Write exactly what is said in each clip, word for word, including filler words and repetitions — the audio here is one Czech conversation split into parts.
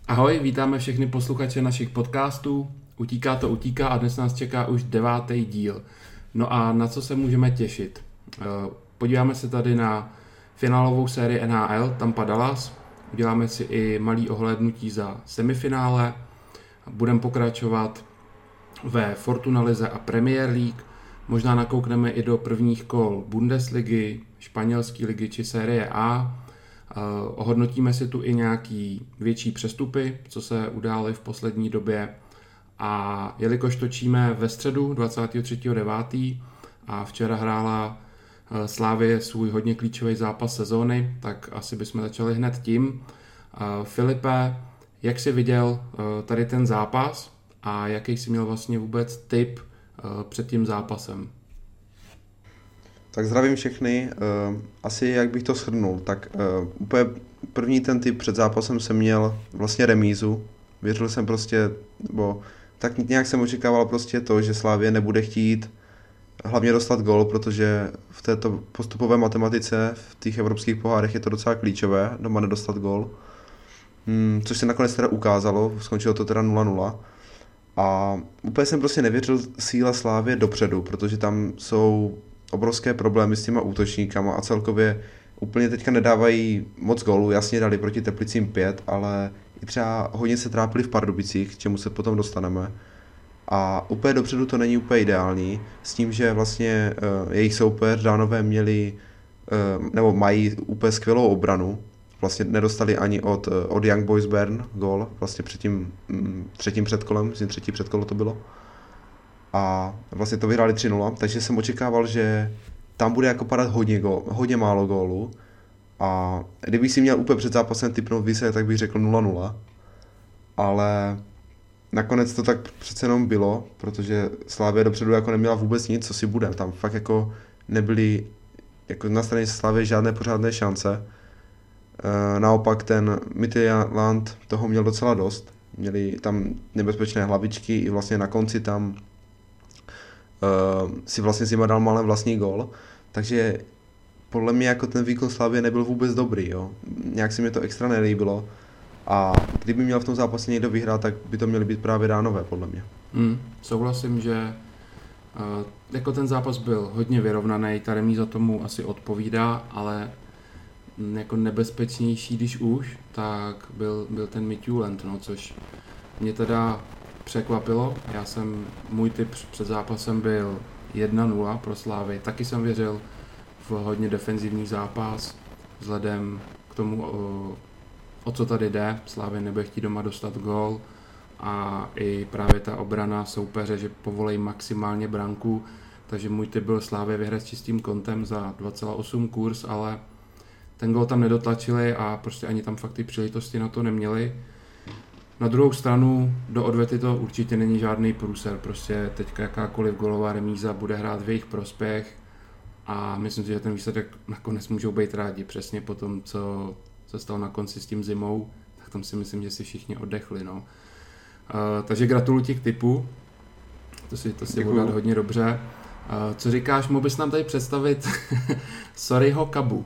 Ahoj, vítáme všechny posluchače našich podcastů. Utíká to utíká a dnes nás čeká už devátý díl. No a na co se můžeme těšit? Podíváme se tady na finálovou sérii N H L Tampa Dallas. Uděláme si i malý ohlédnutí za semifinále. Budeme pokračovat ve Fortuna lize a Premier League. Možná nakoukneme i do prvních kol Bundesligy, španělské ligy či série A. Uh, ohodnotíme si tu i nějaký větší přestupy, co se udály v poslední době, a jelikož točíme ve středu dvacátého třetího devátého a včera hrála uh, Slavie svůj hodně klíčový zápas sezóny, tak asi bychom začali hned tím. Uh, Filipe, jak jsi viděl uh, tady ten zápas a jaký jsi měl vlastně vůbec tip uh, před tím zápasem? Tak zdravím všechny. Asi jak bych to shrnul, tak úplně první ten tip před zápasem jsem měl vlastně remízu. Věřil jsem prostě, bo tak nějak jsem očekával prostě to, že Slavie nebude chtít hlavně dostat gól, protože v této postupové matematice v těch evropských pohárech je to docela klíčové, doma nedostat gól. Hmm, což se nakonec teda ukázalo, skončilo to teda nula nula. A úplně jsem prostě nevěřil síle Slavie dopředu, protože tam jsou obrovské problémy s těma útočníkama a celkově úplně teďka nedávají moc gólů, jasně dali proti Teplicím pět, ale i třeba hodně se trápili v Pardubicích, k čemu se potom dostaneme. A úplně dopředu to není úplně ideální, s tím, že vlastně uh, jejich soupeř Dánové měli, uh, nebo mají úplně skvělou obranu, vlastně nedostali ani od, uh, od Young Boys Bern gól, vlastně před tím um, třetím předkolem, myslím třetí předkolo to bylo. A vlastně to vyhráli tři nula, takže jsem očekával, že tam bude jako padat hodně, gól, hodně málo gólů. A kdybych si měl úplně před zápasem tipnout výsledek, tak bych řekl nula nula. Ale nakonec to tak přece jenom bylo, protože Slavie dopředu jako neměla vůbec nic, co si bude. Tam fakt jako nebyly jako na straně Slavie žádné pořádné šance. E, naopak ten Midtjylland toho měl docela dost. Měli tam nebezpečné hlavičky i vlastně na konci tam Uh, si vlastně Zima dal malé vlastní gól, takže podle mě jako ten výkon Slavie nebyl vůbec dobrý, jo. Nějak si mi to extra nelíbilo a kdyby měl v tom zápase někdo vyhrát, tak by to měly být právě Dánové, podle mě. Mm, souhlasím, že uh, jako ten zápas byl hodně vyrovnaný, ta remíza tomu asi odpovídá, ale m, jako nebezpečnější, když už, tak byl, byl ten Midtjylland, no, což mě teda překvapilo. Já jsem, můj tip před zápasem byl jedna nula pro Slavii. Taky jsem věřil v hodně defenzivní zápas, vzhledem k tomu, o, o co tady jde. Slavia nebude chtít doma dostat gól a i právě ta obrana soupeře, že povolej maximálně branku, takže můj tip byl Slavia vyhrát s čistým kontem za dva celá osm kurz, ale ten gól tam nedotlačili a prostě ani tam fakt ty příležitosti na to neměli. Na druhou stranu do odvety to určitě není žádný průser, prostě teďka jakákoliv gólová remíza bude hrát v jejich prospěch a myslím si, že ten výsledek nakonec můžou být rádi, přesně po tom, co se stalo na konci s tím Zimou, tak tam si myslím, že si všichni oddechli, no. Uh, takže gratuluji ti k tipu, to si, to si bude hodně dobře. Uh, co říkáš, mohl bys nám tady představit Sorryho Kabu?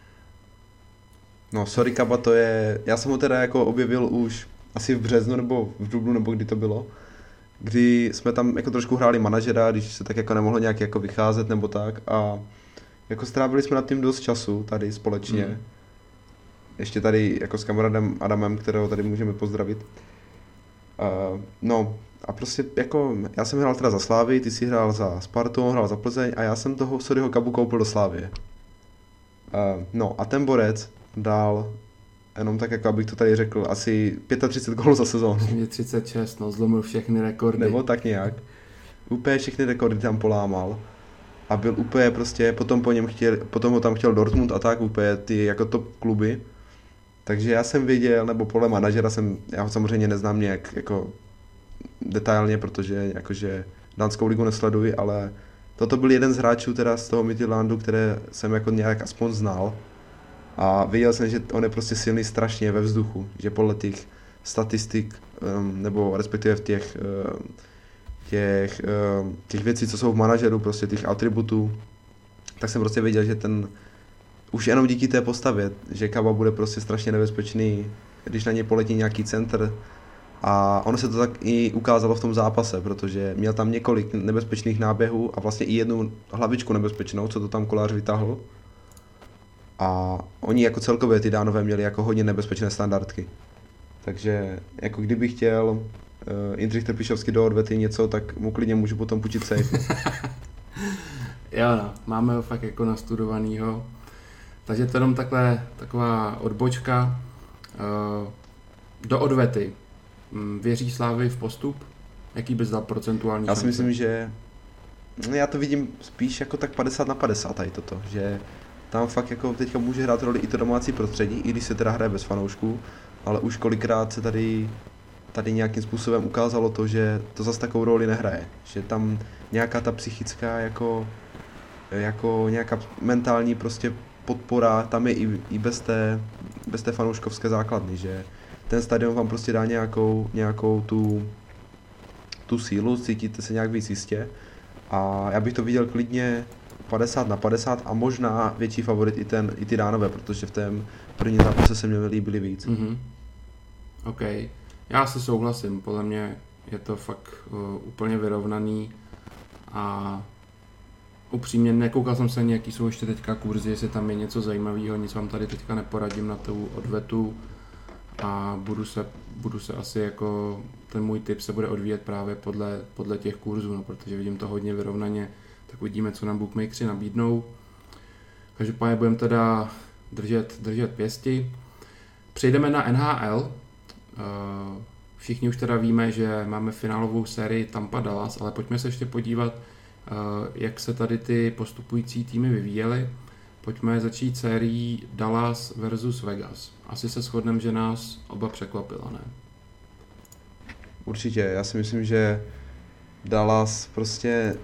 No Sorry Kaba to je, já jsem ho teda jako objevil už asi v březnu nebo v dubnu, nebo kdy to bylo, kdy jsme tam jako trošku hráli manažera, když se tak jako nemohlo nějak jako vycházet nebo tak a jako strávili jsme nad tím dost času tady společně. Mm. Ještě tady jako s kamarádem Adamem, kterého tady můžeme pozdravit. Uh, no a prostě jako já jsem hrál teda za Slavii, ty jsi hrál za Spartu, on hrál za Plzeň a já jsem toho Sorryho Kabu koupil do Slavie. Uh, no a ten borec dal, jenom tak, jako abych to tady řekl, asi třicet pět gólů za sezónu. Je třicet šest, no, zlomil všechny rekordy. Nebo tak nějak. Úplně všechny rekordy tam polámal. A byl úplně prostě, potom po něm chtěl, potom ho tam chtěl Dortmund a tak, úplně ty jako top kluby. Takže já jsem viděl, nebo podle manažera jsem, já ho samozřejmě neznám nějak jako detailně, protože jakože dánskou ligu nesleduji, ale toto byl jeden z hráčů teda z toho Midtjyllandu, které jsem jako nějak aspoň znal. A viděl jsem, že on je prostě silný strašně ve vzduchu, že podle těch statistik, um, nebo respektive v těch, uh, těch, uh, těch věcí, co jsou v manažeru, prostě těch atributů, tak jsem prostě věděl, že ten, už jenom díky té postavě, že Kaba bude prostě strašně nebezpečný když na ně poletí nějaký center. A ono se to tak i ukázalo v tom zápase, protože měl tam několik nebezpečných náběhů a vlastně i jednu hlavičku nebezpečnou, co to tam Kolář vytáhl. A oni jako celkově ty Dánové měli jako hodně nebezpečné standardky. Takže jako kdyby chtěl uh, Jindřich Trpišovský do odvety něco, tak mu klidně můžu potom půjčit safe. Jo no, máme ho fakt jako nastudovanýho. Takže to jenom takhle, taková odbočka. Uh, do odvety. Věří Slávy v postup? Jaký bys dal procentuální Já si šance? myslím, že já to vidím spíš jako tak padesát na padesát tady toto, že tam fakt jako teďka může hrát roli i to domácí prostředí, i když se teda hraje bez fanoušků, ale už kolikrát se tady, tady nějakým způsobem ukázalo to, že to zase takovou roli nehraje, že tam nějaká ta psychická jako, jako nějaká mentální prostě podpora tam je i, i bez té, bez té fanouškovské základny, že ten stadion vám prostě dá nějakou, nějakou tu, tu sílu, cítíte se nějak víc jistě a já bych to viděl klidně padesát na padesát a možná větší favorit i, ten, i ty Dánové, protože v tom prvním zápase se mě líbili víc. Mm-hmm. OK, já si souhlasím, podle mě je to fakt uh, úplně vyrovnaný a upřímně nekoukal jsem se ani, jaký jsou ještě teďka kurzy, jestli tam je něco zajímavého, nic vám tady teďka neporadím na tu odvetu. A budu se, budu se asi jako, ten můj tip se bude odvíjet právě podle, podle těch kurzů, no, protože vidím to hodně vyrovnaně, tak uvidíme, co nám bookmakeri nabídnou. Každopádně budeme teda držet, držet pěsti. Přejdeme na N H L. Všichni už teda víme, že máme finálovou sérii Tampa Dallas, ale pojďme se ještě podívat, jak se tady ty postupující týmy vyvíjely. Pojďme začít sérií Dallas versus Vegas. Asi se shodneme, že nás oba překvapila, ne? Určitě, já si myslím, že Dallas prostě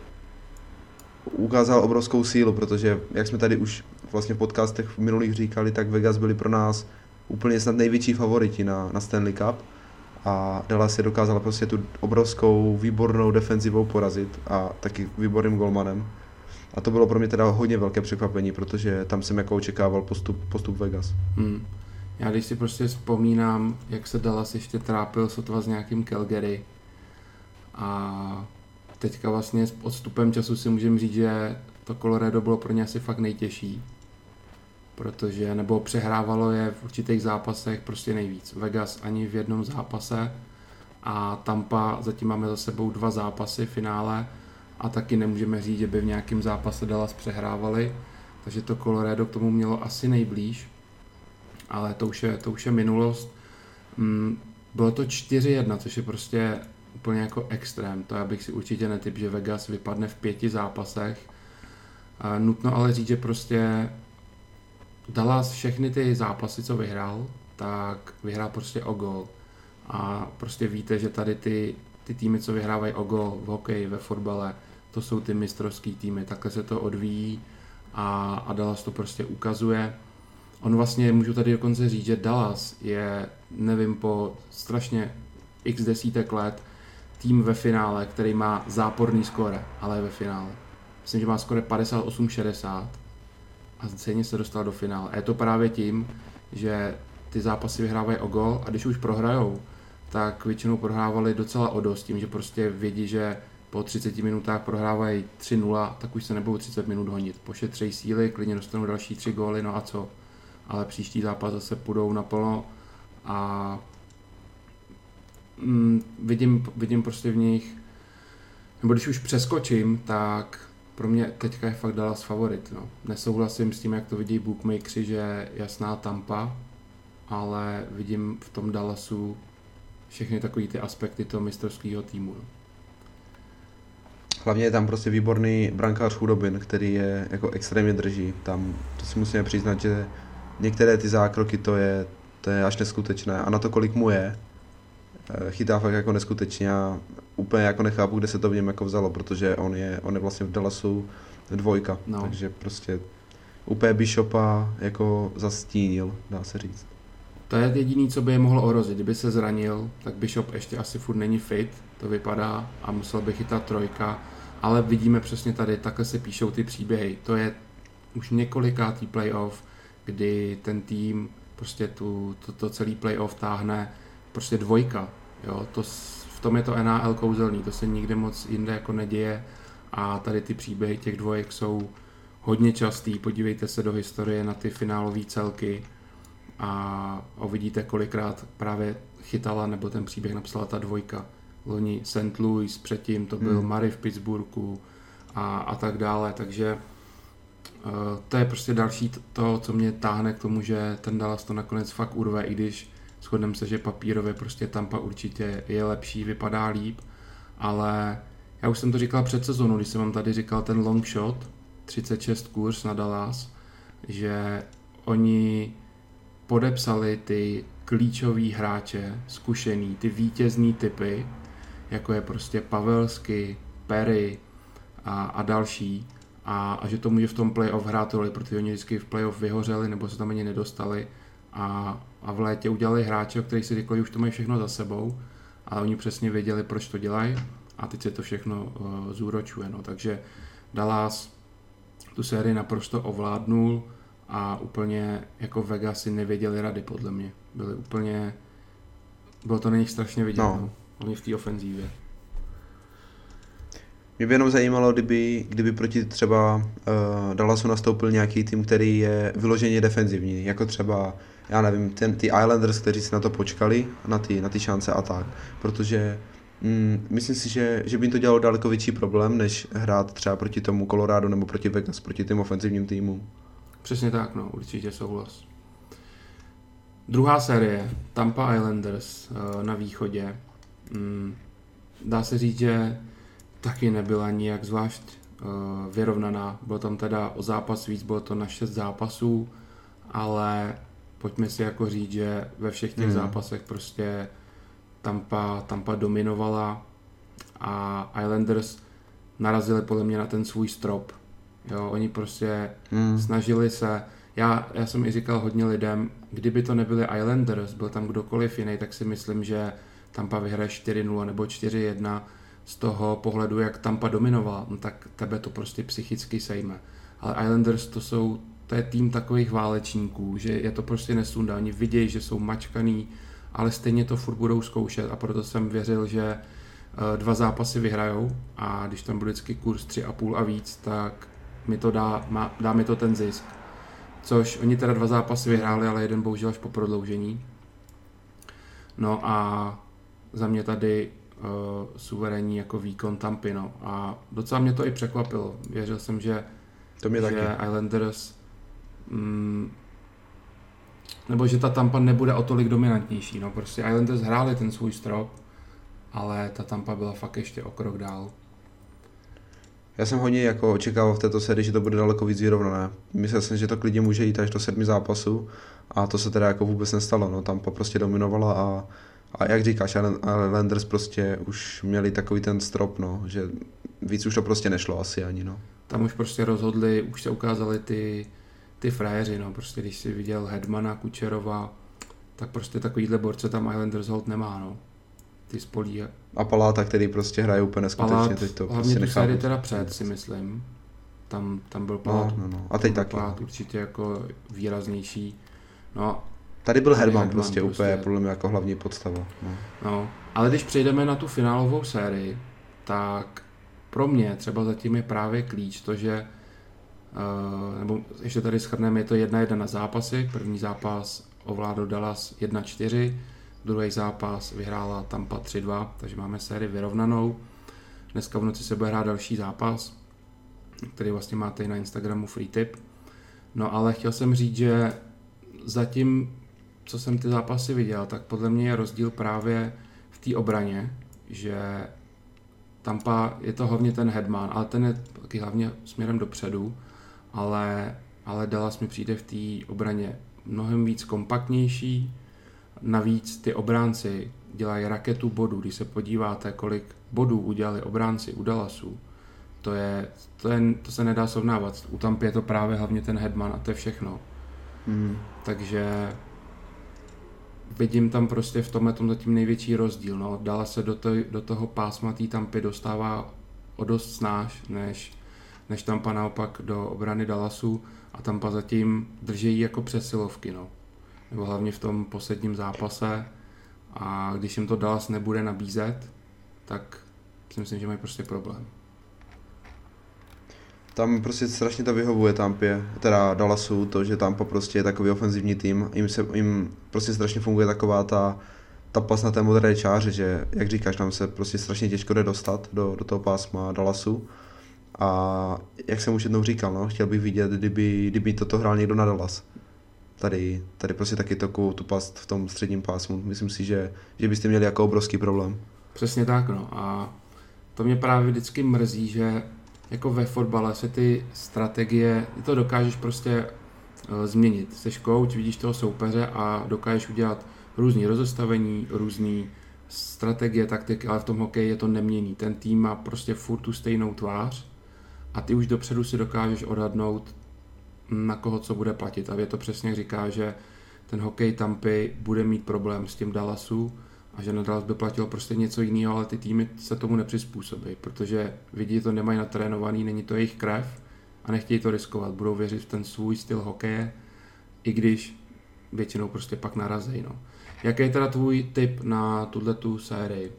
ukázal obrovskou sílu, protože jak jsme tady už vlastně v podcastech v minulých říkali, tak Vegas byli pro nás úplně snad největší favoriti na, na Stanley Cup a Dallas je dokázala prostě tu obrovskou výbornou defenzivou porazit a taky výborným golmanem. A to bylo pro mě teda hodně velké překvapení, protože tam jsem jako očekával postup, postup Vegas. Hmm. Já když si prostě vzpomínám, jak se Dallas ještě trápil sotva s nějakým Calgary a teďka vlastně s odstupem času si můžeme říct, že to Colorado bylo pro ně asi fakt nejtěžší, protože nebo přehrávalo je v určitých zápasech prostě nejvíc. Vegas ani v jednom zápase a Tampa zatím máme za sebou dva zápasy v finále a taky nemůžeme říct, že by v nějakém zápase Dallas přehrávali, takže to Colorado k tomu mělo asi nejblíž, ale to už je, to už je minulost. Bylo to čtyři jedna, což je prostě úplně jako extrém, to já bych si určitě netyp, že Vegas vypadne v pěti zápasech. Nutno ale říct, že prostě Dallas všechny ty zápasy, co vyhrál, tak vyhrál prostě o gól. A prostě víte, že tady ty, ty týmy, co vyhrávají o gól v hokeji, ve fotbale, to jsou ty mistrovský týmy, takhle se to odvíjí a, a Dallas to prostě ukazuje. On vlastně, můžu tady dokonce říct, že Dallas je, nevím, po strašně x desítek let tým ve finále, který má záporný skóre, ale je ve finále. Myslím, že má skóre padesát osm šedesát a stejně se dostal do finále. A je to právě tím, že ty zápasy vyhrávají o gól a když už prohrajou, tak většinou prohrávali docela o dost, tím, že prostě vědí, že po třiceti minutách prohrávají tři nula, tak už se nebudou třicet minut honit. Pošetřejí síly, klidně dostanou další tři góly, no a co? Ale příští zápas zase půjdou naplno a mm, vidím, vidím prostě v nich, nebo když už přeskočím, tak pro mě teďka je fakt Dallas favorit. No. Nesouhlasím s tím, jak to vidí bookmakeri, že jasná Tampa, ale vidím v tom Dallasu všechny takový ty aspekty toho mistrovského týmu. No. Hlavně je tam prostě výborný brankář Chudobin, který je jako extrémně drží. Tam to si musíme přiznat, že některé ty zákroky to je, to je až neskutečné a na to, kolik mu je, chytá fakt jako neskutečně a úplně jako nechápu, kde se to v něm jako vzalo, protože on je, on je vlastně v Dallasu dvojka, no. Takže prostě úplně Bishopa jako zastínil, dá se říct. To je jediný, co by je mohlo ohrozit. Kdyby se zranil, tak Bishop ještě asi furt není fit, to vypadá, a musel by chytat trojka, ale vidíme přesně tady, takhle se píšou ty příběhy. To je už několikátý playoff, kdy ten tým prostě tu, to, to celý playoff táhne prostě dvojka, jo, to, v tom je to N H L kouzelný, to se nikde moc jinde jako neděje a tady ty příběhy těch dvojek jsou hodně častý, podívejte se do historie na ty finálové celky a uvidíte, kolikrát právě chytala nebo ten příběh napsala ta dvojka. Loni Saint Louis, předtím to byl hmm. Murray v Pittsburghu a, a tak dále, takže uh, to je prostě další to, co mě táhne k tomu, že ten Dallas to nakonec fakt urve, i když shodneme se, že papírově prostě Tampa určitě je lepší, vypadá líp, ale já už jsem to říkal před sezónou, když jsem vám tady říkal ten long shot, třicet šest kurz na Dallas, že oni podepsali ty klíčový hráče, zkušený, ty vítězný typy, jako je prostě Pavelski, Perry a, a další, a, a že to může v tom playoff hrát roli, protože oni vždycky v playoff vyhořeli nebo se tam ani nedostali a, a v létě udělali hráče, o kterých si řekli, že už to mají všechno za sebou, ale oni přesně věděli, proč to dělají a teď se to všechno uh, zúročuje. No. Takže Dallas tu sérii naprosto ovládnul a úplně jako Vegas si nevěděli rady, podle mě. Byli úplně, bylo to na nich strašně vidět, no. No. Oni v té ofenzívě. Mě by jenom zajímalo, kdyby, kdyby proti třeba uh, Dallasu nastoupil nějaký tým, který je vyloženě defenzivní, jako třeba, já nevím, ten, ty Islanders, kteří si na to počkali, na ty, na ty šance a tak, protože mm, myslím si, že, že by jim to dělalo daleko větší problém, než hrát třeba proti tomu Colorado nebo proti Vegas, proti těm ofenzivním týmům. Přesně tak, no, určitě souhlas. Druhá série, Tampa Islanders uh, na východě. Mm, dá se říct, že taky nebyla nijak zvlášť uh, vyrovnaná. Bylo tam teda o zápas víc, bylo to na šest zápasů, ale pojďme si jako říct, že ve všech těch hmm. zápasech prostě Tampa, Tampa dominovala a Islanders narazili podle mě na ten svůj strop. Jo, oni prostě hmm. snažili se, já, já jsem i říkal hodně lidem, kdyby to nebyli Islanders, byl tam kdokoliv jiný, tak si myslím, že Tampa vyhraje čtyři nula nebo čtyři jedna z toho pohledu, jak Tampa dominovala, no tak tebe to prostě psychicky sejme. Ale Islanders to jsou, to je tým takových válečníků, že je to prostě nesundá, oni vidějí, že jsou mačkaný, ale stejně to furt budou zkoušet a proto jsem věřil, že dva zápasy vyhrajou a když tam bude vždycky kurz tři a půl a víc, tak mi to dá, má, dá mi to ten zisk. Což oni teda dva zápasy vyhráli, ale jeden bohužel až po prodloužení. No a za mě tady uh, suverénní jako výkon Tampy, no. A docela mě to i překvapilo. Věřil jsem, že, to mě že taky. Islanders mm, nebo že ta Tampa nebude o tolik dominantnější, no. Prostě Islanders hráli ten svůj strop, ale ta Tampa byla fakt ještě o krok dál. Já jsem hodně jako očekával v této sérii, že to bude daleko víc vyrovnané. Myslel jsem, že to klidně může jít až do sedmi zápasů a to se teda jako vůbec nestalo. No. Tampa prostě dominovala a, a jak říkáš, Islanders prostě už měli takový ten strop, no, že víc už to prostě nešlo asi ani. No. Tam už prostě rozhodli, už se ukázali ty, ty frajeři, no. Prostě když si viděl Hedmana, Kučerova, tak prostě takovýhle borce tam Islanders hold nemá, no. Ty spolí. A Paláta, který prostě hraje úplně neskutečně, Palát, teď to hlavně prostě tu nechápu. sérii teda před, si myslím. Tam, tam byl Palát, no, no, no. A teď taky. Palát určitě jako výraznější. No, tady byl Hedman, Hedman prostě, prostě úplně podle mě jako hlavní podstava. No. no, ale když přejdeme na tu finálovou sérii, tak pro mě třeba zatím je právě klíč to, že uh, nebo ještě tady shrneme, je to jedna jedna na zápasy. První zápas ovládl Dallas jedna čtyři, druhý zápas vyhrála Tampa tři dva, takže máme sérii vyrovnanou. Dneska v noci se bude hrát další zápas, který vlastně máte i na Instagramu free tip. No ale chtěl jsem říct, že zatím, co jsem ty zápasy viděl, tak podle mě je rozdíl právě v té obraně, že Tampa je to hlavně ten Hedman, ale ten je taky hlavně směrem dopředu, ale, ale Dallas mi přijde v té obraně mnohem víc kompaktnější. Navíc ty obránci dělají raketu bodů. Když se podíváte, kolik bodů udělali obránci u Dallasu, to, je, to, je, to se nedá srovnávat. U Tampy je to právě hlavně ten Hedman a to je všechno. Mm. Takže vidím tam prostě v tomhle tom zatím největší rozdíl. No. Dallas se do, to, do toho pásma té Tampy dostává o dost snáž, než, než Tampa naopak do obrany Dallasu a Tampa zatím drží jako přesilovky. No. nebo hlavně v tom posledním zápase, a když jim to Dallas nebude nabízet, tak si myslím, že mají prostě problém. Tam prostě strašně to vyhovuje Tampě, teda Dallasu, to, že Tampa prostě je takový ofenzivní tým, jim, se, jim prostě strašně funguje taková ta, ta pas na té modré čáře, že jak říkáš, tam se prostě strašně těžko jde dostat do, do toho pásma Dallasu. A jak jsem už jednou říkal, no, chtěl bych vidět, kdyby, kdyby toto hrál někdo na Dallas. Tady, tady prostě taky takovou tu past v tom středním pásmu. Myslím si, že, že byste měli jako obrovský problém. Přesně tak, no. A to mě právě vždycky mrzí, že jako ve fotbale se ty strategie, ty to dokážeš prostě uh, změnit. Jsi coach, vidíš toho soupeře a dokážeš udělat různý rozestavení, různý strategie, taktiky, ale v tom hokeji je to nemění. Ten tým má prostě furt tu stejnou tvář a ty už dopředu si dokážeš odhadnout, na koho co bude platit. A je to přesně jak říká, že ten hokej Tampy bude mít problém s tím Dallasu a že na Dallas by platilo prostě něco jiného, ale ty týmy se tomu nepřizpůsobí, protože vidí, to nemají natrénovaný, není to jejich krev a nechtějí to riskovat. Budou věřit v ten svůj styl hokeje, i když většinou prostě pak narazí. No. Jaký je teda tvůj tip na tuhletu sérii?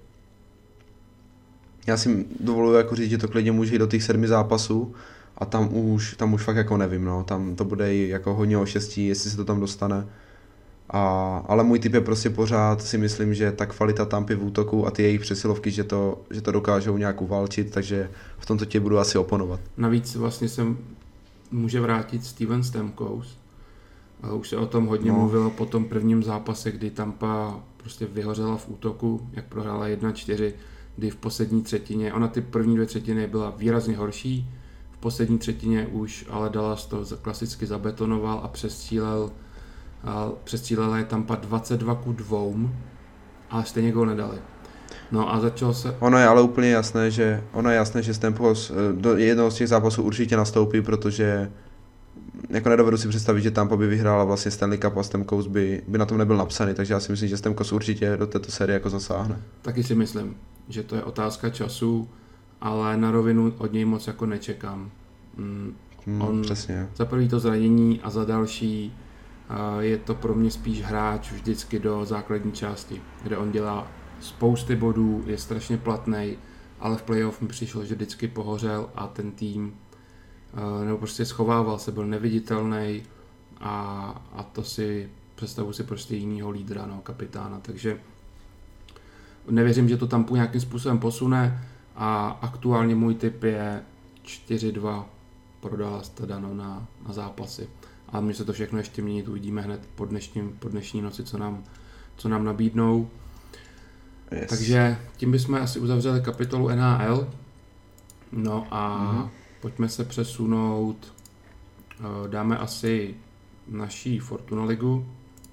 Já si dovoluji jako říct, že to klidně může jít do těch sedmi zápasů a tam už, tam už fakt jako nevím, no. Tam to bude jako hodně o štěstí, jestli se to tam dostane. A, ale můj tip je prostě pořád, si myslím, že ta kvalita Tampy v útoku a ty jejich přesilovky, že to, že to dokážou nějak uvalčit, takže v tomto tě budu asi oponovat. Navíc vlastně se může vrátit Steven Stamkos. Už se o tom hodně no. mluvilo po tom prvním zápase, kdy Tampa prostě vyhořela v útoku, jak prohrála jedna čtyři, kdy v poslední třetině, ona ty první dvě třetiny byla výrazně horší, v poslední třetině už ale Dallas to klasicky zabetonoval a přestřílel a přestřílela je Tampa dvacet dva ku dvou, ale stejně gól nedali. No a začalo se... Ono je ale úplně jasné, že ono je jasné, že Stamkos do jednoho z těch zápasů určitě nastoupí, protože jako nedovedu si představit, že Tampa by vyhrála vlastně Stanley Cup a Stamkos by, by na tom nebyl napsaný, takže já si myslím, že Stamkos určitě do této série jako zasáhne. Taky si myslím, že to je otázka času, ale na rovinu od něj moc jako nečekám. Mm, hmm, on přesně. Za první to zranění a za další je to pro mě spíš hráč vždycky do základní části, kde on dělá spousty bodů, je strašně platnej, ale v playoff mi přišlo, že vždycky pohořel a ten tým nebo prostě schovával se, byl neviditelný a, a to si představu si prostě jinýho lídra, no, kapitána, takže nevěřím, že to tam nějakým způsobem posune a aktuálně můj tip je čtyři dva pro Dallas teda, no, na, na zápasy. A my se to všechno ještě měnit, uvidíme hned po, dnešním, po dnešní noci, co nám, co nám nabídnou. Yes. Takže tím bychom asi uzavřeli kapitolu N H L. No a mm-hmm. pojďme se přesunout, dáme asi naší Fortuna ligu.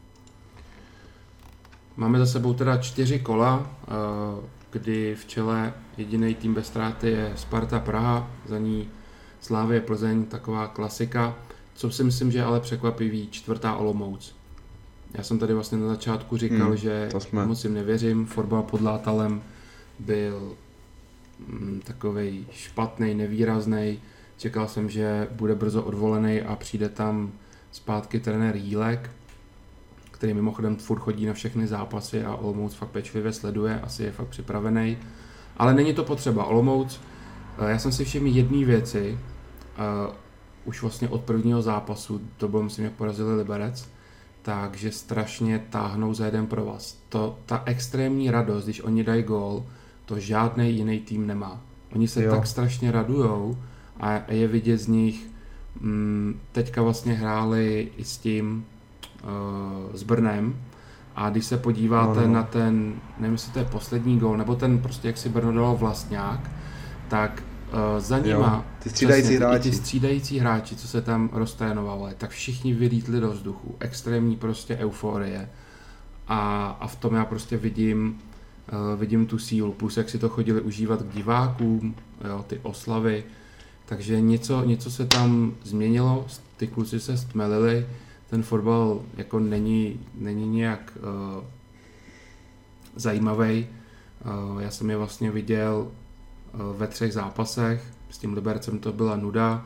Máme za sebou teda čtyři kola, kdy v čele jediný tým bez ztráty je Sparta Praha, za ní Slavie Plzeň, taková klasika. Co si myslím, že je ale překvapivý, čtvrtá Olomouc. Já jsem tady vlastně na začátku říkal, hmm, že moc jim nevěřím, fotbal pod Látalem byl mm, takovej špatnej, nevýraznej. Čekal jsem, že bude brzo odvolený a přijde tam zpátky trenér Jílek, který mimochodem furt chodí na všechny zápasy a Olomouc fakt pečlivě sleduje, asi je fakt připravený. Ale není to potřeba. Olomouc, já jsem si všiml jedné věci, uh, už vlastně od prvního zápasu, to bylo myslím, jak porazili Liberec, takže strašně táhnou za jeden provaz. To, ta extrémní radost, když oni dají gól, to žádný jiný tým nemá. Oni se jo. tak strašně radujou a je vidět z nich, mm, teďka vlastně hráli i s tím, uh, s Brnem a když se podíváte no, no. na ten, nevím jestli to je poslední gól, nebo ten prostě jak si Brno dalo vlastňák, tak uh, za nima jo, ty střídající přesně, hráči. ty střídající hráči, co se tam roztrénovali, tak všichni vylítli do vzduchu, extrémní prostě euforie a, a v tom já prostě vidím, uh, vidím tu sílu, plus jak si to chodili užívat k divákům, jo, ty oslavy, takže něco, něco se tam změnilo, ty kluci se stmelili, ten fotbal jako není, není nějak uh, zajímavý. Uh, já jsem je vlastně viděl uh, ve třech zápasech, s tím Libercem to byla nuda,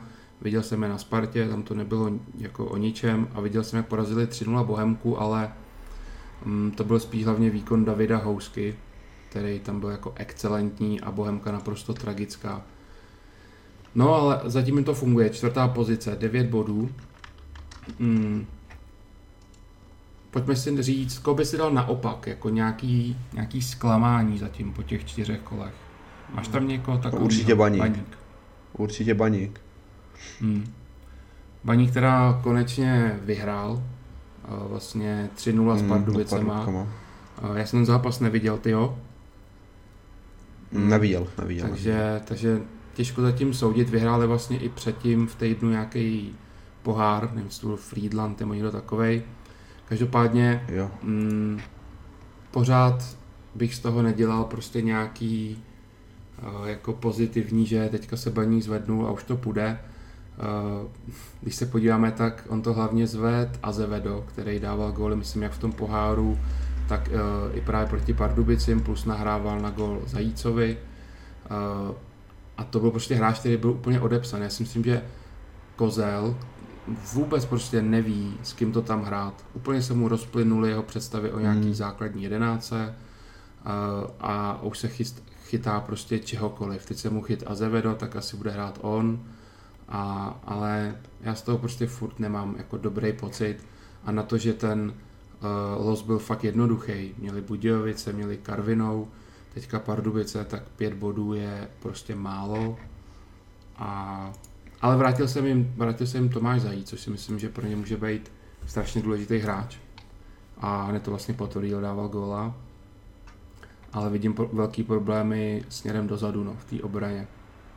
viděl jsem je na Spartě, tam to nebylo jako o ničem a viděl jsem, jak porazili tři nula Bohemku, ale mm, to byl spíš hlavně výkon Davida Housky, který tam byl jako excelentní a Bohemka naprosto tragická. No ale zatím jim to funguje, čtvrtá pozice, devět bodů. Mm. Pojďme si říct, koho by si dal naopak, jako nějaký, nějaký zklamání zatím po těch čtyřech kolech. Máš tam někoho takového? Určitě Baník. Baník. Určitě Baník. Hmm. Baník, která konečně vyhrál, vlastně tři nula s Pardubicema. Hmm, Já jsem ten zápas neviděl, ty jo? Neviděl, neviděl. Takže, neviděl. takže těžko zatím soudit, vyhráli vlastně i předtím v týdnu nějaký pohár, nevím, jestli to byl Friedland nebo někdo takovej. Každopádně mm, pořád bych z toho nedělal prostě nějaký uh, jako pozitivní, že teďka se Baník zvednul a už to půjde. Uh, když se podíváme, tak on to hlavně zved Azevedo, který dával góly, myslím, jak v tom poháru, tak uh, i právě proti Pardubicím, plus nahrával na gól Zajícovi. Uh, a to byl prostě hráč, který byl úplně odepsaný. Já si myslím, že Kozel vůbec prostě neví, s kým to tam hrát. Úplně se mu rozplynuly jeho představy o nějaký hmm. základní jedenáctce a, a už se chyst, chytá prostě čehokoliv. Teď se mu chyt Azevedo, tak asi bude hrát on, a, ale já z toho prostě furt nemám jako dobrý pocit a na to, že ten uh, los byl fakt jednoduchý. Měli Budějovice, měli Karvinou, teďka Pardubice, tak pět bodů je prostě málo. A Ale vrátil se jim, vrátil se jim Tomáš Zajíc, což si myslím, že pro ně může být strašně důležitý hráč. A hned to vlastně potvrdil, dával góla. Ale vidím po, velký problémy směrem dozadu, no, v té obraně.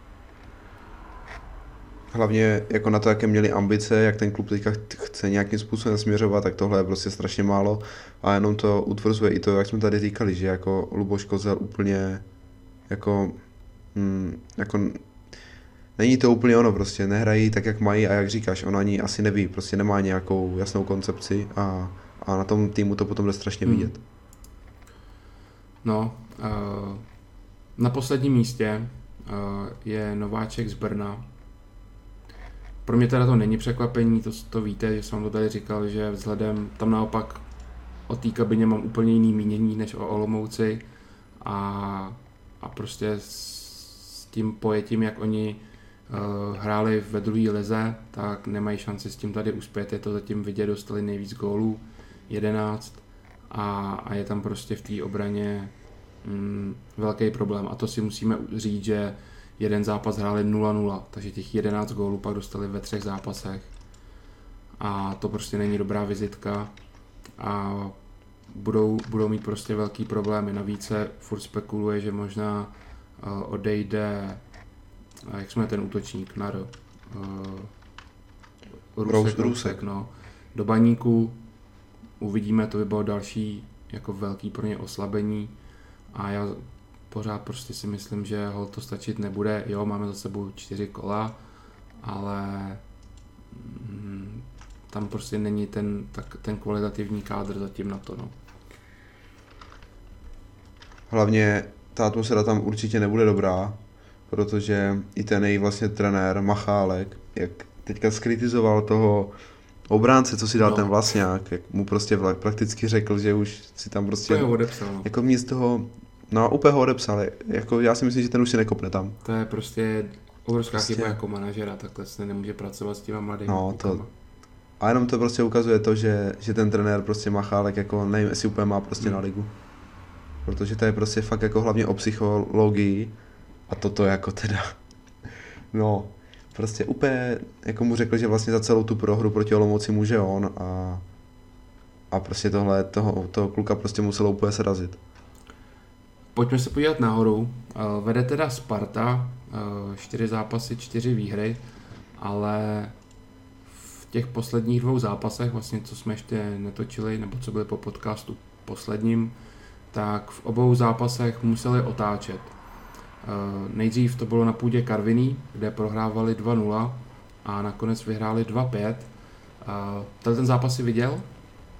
Hlavně jako na to, jaké měli ambice, jak ten klub teďka chce nějakým způsobem směřovat, tak tohle je prostě strašně málo. A jenom to utvrzuje i to, jak jsme tady říkali, že jako Luboš Kozel úplně jako... Mm, jako není to úplně ono, prostě nehrají tak, jak mají a jak říkáš, on ani asi neví, prostě nemá nějakou jasnou koncepci a, a na tom týmu to potom jde strašně vidět. Hmm. No, uh, na posledním místě uh, je nováček z Brna. Pro mě teda to není překvapení, to, to víte, že jsem vám to tady říkal, že vzhledem tam naopak o té kabině mám úplně jiný mínění než o Olomouci a, a prostě s tím pojetím, jak oni Uh, hráli ve druhé lize, tak nemají šanci s tím tady uspět, je to zatím vidět, dostali nejvíc gólů, jedenáct a, a je tam prostě v té obraně mm, velký problém a to si musíme říct, že jeden zápas hráli nula nula, takže těch jedenáct gólů pak dostali ve třech zápasech a to prostě není dobrá vizitka a budou, budou mít prostě velký problémy, navíc se furt spekuluje, že možná uh, odejde a jak jsme ten útočník, Naro, uh, Rusek, Rusek, no, do Baníku, uvidíme, to by bylo další jako velký pro ně oslabení a já pořád prostě si myslím, že hol to stačit nebude, jo, máme za sebou čtyři kola, ale mm, tam prostě není ten, tak, ten kvalitativní kádr zatím na to, no. Hlavně ta atmosféra tam určitě nebude dobrá, protože i ten její vlastně trenér Machálek, jak teďka skritizoval toho obránce, co si dal no. ten Vlastňák, jak mu prostě prakticky řekl, že už si tam prostě... Úplně ho odepsal. No. Jako mě z toho... No úplně ho odepsal, jako já si myslím, že ten už si nekopne tam. To je prostě obrovská prostě... chyba jako manažera, takhle se nemůže pracovat s těma mladými no, to... A jenom to prostě ukazuje to, že, že ten trenér prostě Machálek jako nevím, jestli úplně má prostě hmm. na ligu. Protože to je prostě fakt jako hlavně o psychologii. A toto jako teda, no, prostě úplně, jako mu řekl, že vlastně za celou tu prohru proti Olomouci může on a, a prostě tohle, toho, toho kluka prostě muselo úplně srazit. Pojďme se podívat nahoru. Vede teda Sparta, čtyři zápasy, čtyři výhry, ale v těch posledních dvou zápasech, vlastně co jsme ještě netočili, nebo co byly po podcastu posledním, tak v obou zápasech museli otáčet. Uh, nejdřív to bylo na půdě Karviní, kde prohrávali dva nula a nakonec vyhráli dva pět. Uh, tady ten zápas si viděl? Uh,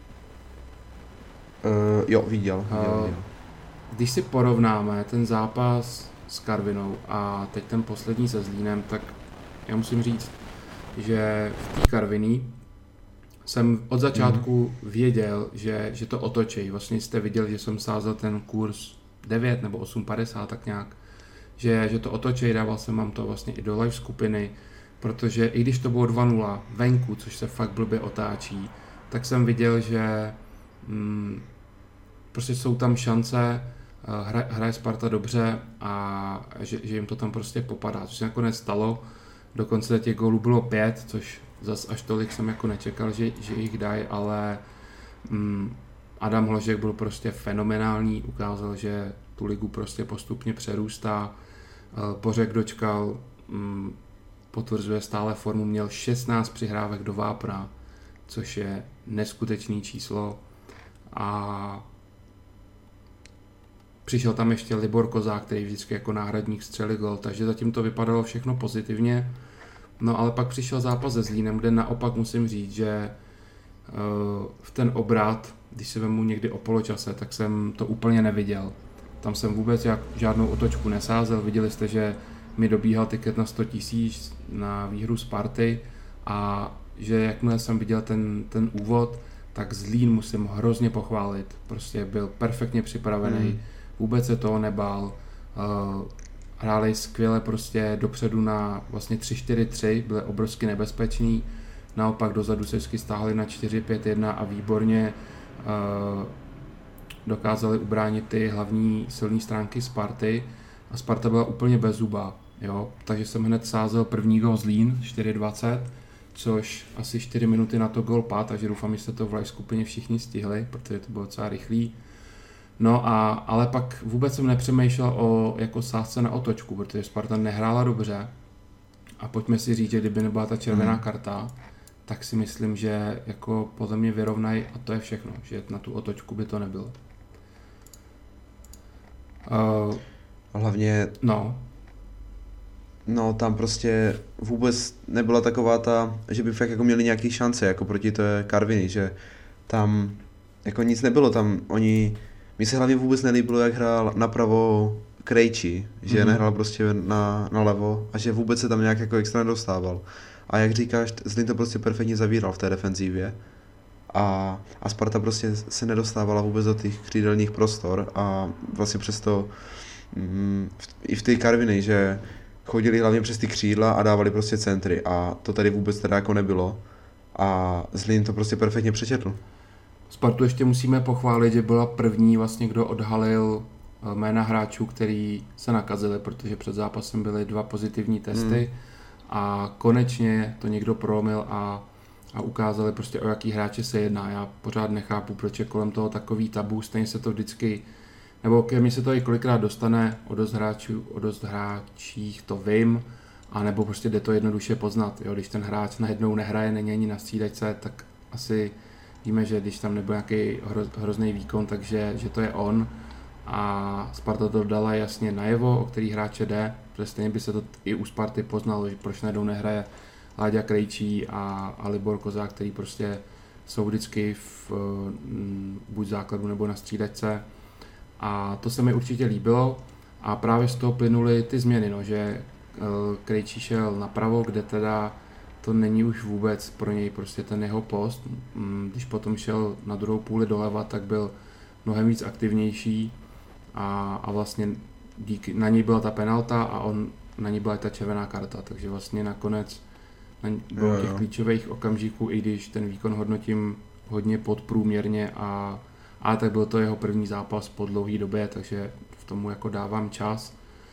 jo, viděl. viděl, uh, viděl. Když si porovnáme ten zápas s Karvinou a teď ten poslední se Zlínem, tak já musím říct, že v té Karviní jsem od začátku mm. věděl, že, že to otočí. Vlastně jste viděli, že jsem sázel ten kurz devět nebo osm padesát tak nějak, že, že to otočí, dával jsem vám to vlastně i do live skupiny, protože i když to bylo dva nula venku, což se fakt blbě otáčí, tak jsem viděl, že mm, prostě jsou tam šance, hra, hraje Sparta dobře a že, že jim to tam prostě popadá, což se nakonec stalo. Dokonce těch gólů bylo pět, což zas až tolik jsem jako nečekal, že, že jich dají, ale mm, Adam Hložek byl prostě fenomenální, ukázal, že tu ligu prostě postupně přerůstá. Bořek dočkal, mm, potvrzuje stále formu, měl šestnáct přihrávek do vápna, což je neskutečný číslo. A přišel tam ještě Libor Kozák, který vždycky jako náhradník střelil gol, takže zatím to vypadalo všechno pozitivně. No ale pak přišel zápas se Zlínem, kde naopak musím říct, že uh, v ten obrat, když se vemu někdy o poločase, tak jsem to úplně neviděl. Tam jsem vůbec jak, žádnou otočku nesázel, viděli jste, že mi dobíhal tiket na sto tisíc na výhru Sparty a že jakmile jsem viděl ten, ten úvod, tak Zlín musím hrozně pochválit. Prostě byl perfektně připravený, mm. vůbec se toho nebál. Uh, hráli skvěle prostě dopředu na vlastně tři čtyři tři, byli obrovsky nebezpeční. Naopak dozadu se vždycky stáhli na čtyři pět jedna a výborně uh, dokázali ubránit ty hlavní silné stránky Sparty a Sparta byla úplně bez zuba. Jo? Takže jsem hned sázel první gol Zlín čtyři dvacet, což asi čtyři minuty na to gol pad, takže doufám, že jste to v live skupině všichni stihli, protože to bylo docela rychlý. No a, ale pak vůbec jsem nepřemýšlel o jako sázce na otočku, protože Sparta nehrála dobře a pojďme si říct, že kdyby nebyla ta červená hmm. karta, tak si myslím, že jako podle mě vyrovnají a to je všechno, že na tu otočku by to nebylo. Uh, hlavně no. No tam prostě vůbec nebyla taková ta, že by fakt jako měli nějaký šance jako proti té Karviní, že tam jako nic nebylo, tam oni, mi se hlavně vůbec nelíbilo, jak hrál napravo Krejčí, že mm-hmm. nehrál prostě na, na levo a že vůbec se tam nějak jako extra nedostával. A jak říkáš, Zlín to prostě perfektně zavíral v té defenzívě a, a Sparta prostě se nedostávala vůbec do těch křídelních prostor a vlastně přesto mm, i v té Karviní, že chodili hlavně přes ty křídla a dávali prostě centry a to tady vůbec teda jako nebylo a Zlín to prostě perfektně přečetl. Spartu ještě musíme pochválit, že byla první vlastně, kdo odhalil jména hráčů, který se nakazili, protože před zápasem byly dva pozitivní testy hmm. a konečně to někdo prolomil a, a ukázali prostě, o jaký hráče se jedná. Já pořád nechápu, proč je kolem toho takový tabu, stejně se to vždycky, nebo ke mně se to i kolikrát dostane, o dost, hráčů, o dost hráčích to vím, a nebo prostě jde to jednoduše poznat. Jo? Když ten hráč najednou nehraje, není ani na střídačce, tak asi víme, že když tam nebyl nějaký hro, hrozný výkon, takže že to je on. A Sparta to dala jasně najevo, o který hráče jde, protože stejně by se to i u Sparty poznalo, že proč najednou nehraje Láďa Krejčí a, a Libor Kozák, který prostě jsou vždycky v m, buď základu nebo na střídačce. A to se mi určitě líbilo a právě z toho plynuly ty změny, no, že Krejčí šel napravo, kde teda to není už vůbec pro něj prostě ten jeho post. Když potom šel na druhou půli doleva, tak byl mnohem víc aktivnější a, a vlastně díky, na něj byla ta penalta a on, na něj byla ta červená karta, takže vlastně nakonec na, bylo těch klíčových okamžiků, i když ten výkon hodnotím hodně podprůměrně a, a tak byl to jeho první zápas po dlouhé době, takže v tomu jako dávám čas.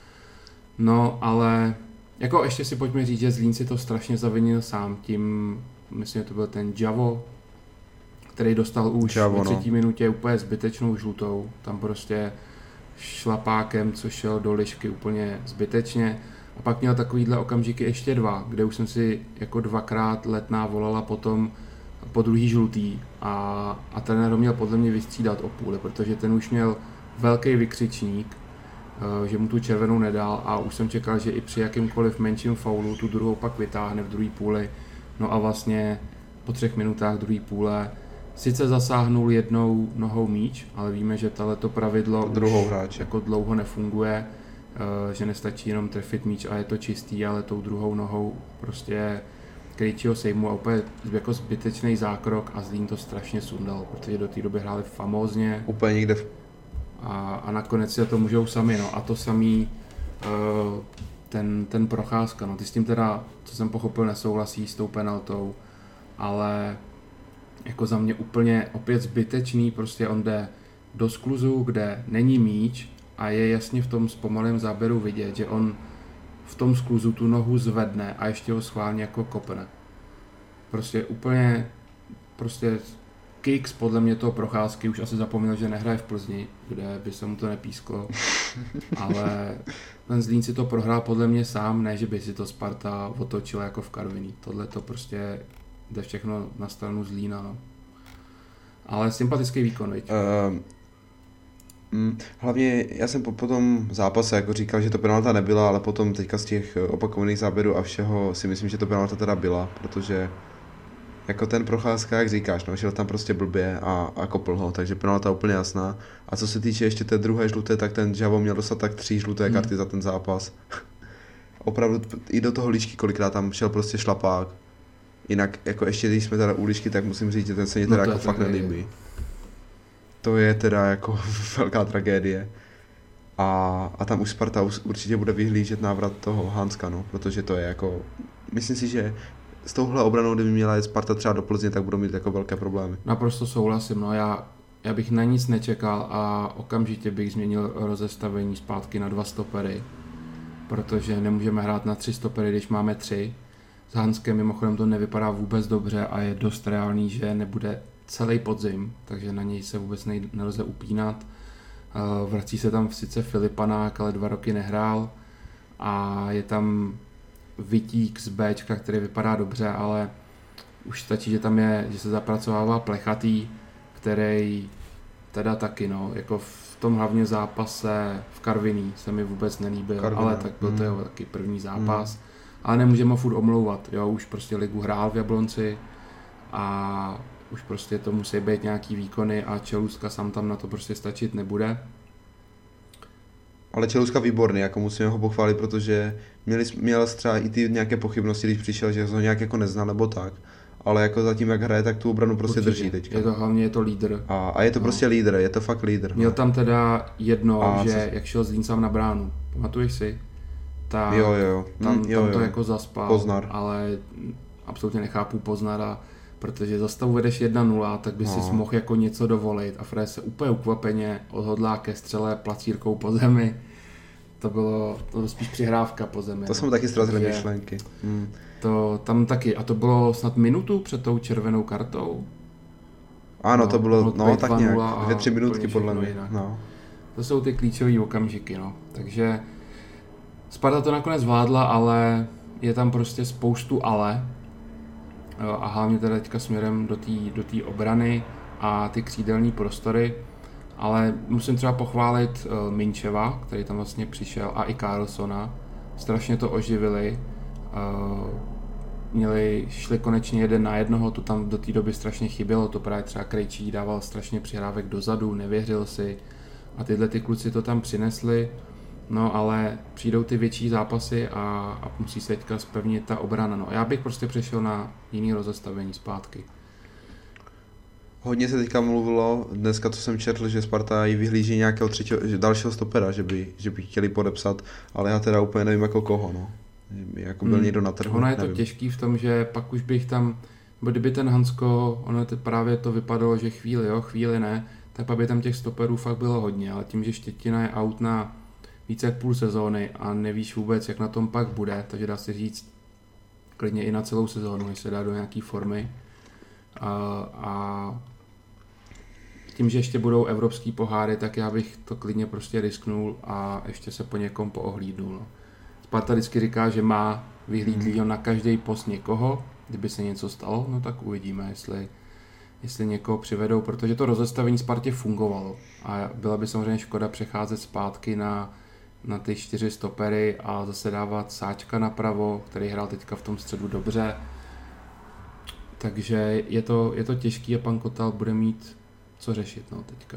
No ale jako ještě si pojďme říct, že Zlín si to strašně zavinil sám tím, myslím, že to byl ten Javo, který dostal už Javo, v třetí no. minutě úplně zbytečnou žlutou, tam prostě šlapákem, co šel do lišky úplně zbytečně. A pak měl takovýhle okamžiky ještě dva, kde už jsem si jako dvakrát Letná volala potom po druhý žlutý a, a trenér ho měl podle mě vystřídat o půli, protože ten už měl velký vykřičník, že mu tu červenou nedal a už jsem čekal, že i při jakýmkoliv menším faulu tu druhou pak vytáhne v druhé půli. No a vlastně po třech minutách druhé půle sice zasáhnul jednou nohou míč, ale víme, že tohleto pravidlo druhou hráče jako dlouho nefunguje, že nestačí jenom trefit míč a je to čistý, ale tou druhou nohou prostě Krejčího sejmu a úplně jako zbytečný zákrok a Zlín to strašně sundal, protože do té doby hráli famózně. Úplně někde v... A, a nakonec si to můžou sami, no. A to samý uh, ten, ten Procházka, no. Ty s tím teda, co jsem pochopil, nesouhlasí s tou penaltou, ale jako za mě úplně opět zbytečný, prostě on jde do skluzu, kde není míč a je jasně v tom zpomalém záběru vidět, že on v tom skluzu tu nohu zvedne a ještě ho schválně jako kopne. Prostě úplně, prostě Kicks podle mě toho Procházky už asi zapomněl, že nehraje v Plzni, kde by se mu to nepísklo, ale ten Zlín si to prohrál podle mě sám, ne, že by si to Sparta otočila jako v Karviní. Tohle to prostě jde všechno na stranu Zlína, no. Ale sympatický výkon, viď? Uh, mm, hlavně já jsem po, po tom zápase jako říkal, že to penalta nebyla, ale potom teďka z těch opakovaných záběrů a všeho si myslím, že to penalta teda byla, protože jako ten Procházka, jak říkáš, no, šel tam prostě blbě a, a kopl ho, takže penalta úplně jasná. A co se týče ještě té druhé žluté, tak ten Žavo měl dostat tak tři žluté karty hmm. za ten zápas. Opravdu i do toho Líšky kolikrát tam šel prostě šlapák. Jinak, jako ještě když jsme teda u Líšky, tak musím říct, že ten se mě teda no jako fakt nelíbí. To je teda jako velká tragédie. A, a tam už Sparta určitě bude vyhlížet návrat toho Hanska, no, protože to je jako, myslím si, že s touhle obranou, kdyby měla jít Sparta třeba do Plzně, tak budou mít jako velké problémy. Naprosto souhlasím, no já, já bych na nic nečekal a okamžitě bych změnil rozestavení zpátky na dva stopery, protože nemůžeme hrát na tři stopery, když máme tři. S Hanskem mimochodem to nevypadá vůbec dobře a je dost reálný, že nebude celý podzim, takže na něj se vůbec nelze upínat. Vrací se tam sice Filipanák, ale dva roky nehrál a je tam Vytík z Bčka, který vypadá dobře, ale už stačí, že tam je, že se zapracovává Plechatý, který teda taky, no, jako v tom hlavně zápase v Karviní se mi vůbec nelíbil, Karviná. Ale tak byl to jeho mm. taky první zápas. Mm. Ale nemůžeme ho furt omlouvat, jo, už prostě ligu hrál v Jablonci a už prostě to musí být nějaký výkony a Čelůstka sám tam na to prostě stačit nebude. Ale Čelůstka výborný, jako musíme ho pochválit, protože měli, měl třeba i ty nějaké pochybnosti, když přišel, že ho nějak jako neznal nebo tak. Ale jako zatím, jak hraje, tak tu obranu prostě určitě drží teďka. Je to hlavně, je to lídr. A, a je to no. prostě lídr, je to fakt lídr. Měl no. tam teda jedno, a že co... jak šel Zlín sám na bránu, pamatuješ si? Tak jo, jo. Tam, mm, jo, tam to jo. jako zaspal, Poznar. Ale absolutně nechápu Poznara, protože za stavu vedeš jedna nula, tak by no. si mohl jako něco dovolit a Fred se úplně ukvapeně odhodlá ke střele placírkou po zemi. To bylo, to bylo spíš přihrávka po zemi. To jsem taky ztrazil myšlenky. Hmm. To tam taky, a to bylo snad minutu před tou červenou kartou? Ano, no, to bylo, no tak nějak, dvě, tři minutky podle mě. No. To jsou ty klíčové okamžiky, no. Takže Sparta to nakonec zvládla, ale je tam prostě spoustu ale. A hlavně teda teďka směrem do té do té obrany a ty křídelní prostory. Ale musím třeba pochválit uh, Minčeva, který tam vlastně přišel, a i Carlsona. Strašně to oživili. Uh, měli, šli konečně jeden na jednoho, to tam do té doby strašně chybělo, to právě třeba Krejčí dával strašně přihrávek dozadu, nevěřil si. A tyhle ty kluci to tam přinesli. No ale přijdou ty větší zápasy a, a musí se teďka zpevnit ta obrana. No, já bych prostě přešel na jiný rozestavení zpátky. Hodně se teďka mluvilo, dneska co jsem četl, že Sparta jí vyhlíží nějakého třetího, dalšího stopera, že by, že by chtěli podepsat, ale já teda úplně nevím jako koho, no. Jako byl hmm. někdo na trhu, Ono je to nevím. těžký v tom, že pak už bych tam, nebo kdyby ten Hansko, ono to právě to vypadalo, že chvíli jo, chvíli ne, tak pak by tam těch stoperů fakt bylo hodně, ale tím, že Štětina je out na více jak půl sezóny a nevíš vůbec, jak na tom pak bude, takže dá se říct klidně i na celou sezónu, jestli se dá do nějaký formy. A, a tím, že ještě budou evropský poháry, tak já bych to klidně prostě risknul a ještě se po někom poohlídnul. No. Sparta vždycky říká, že má vyhlídlýho hmm. na každý post někoho, kdyby se něco stalo, no tak uvidíme, jestli, jestli někoho přivedou, protože to rozestavení Spartě fungovalo a byla by samozřejmě škoda přecházet zpátky na, na ty čtyři stopery a zase dávat Sáčka napravo, který hrál teďka v tom středu dobře. Takže je to, je to těžký a pan Kotal bude mít co řešit, no, teďka.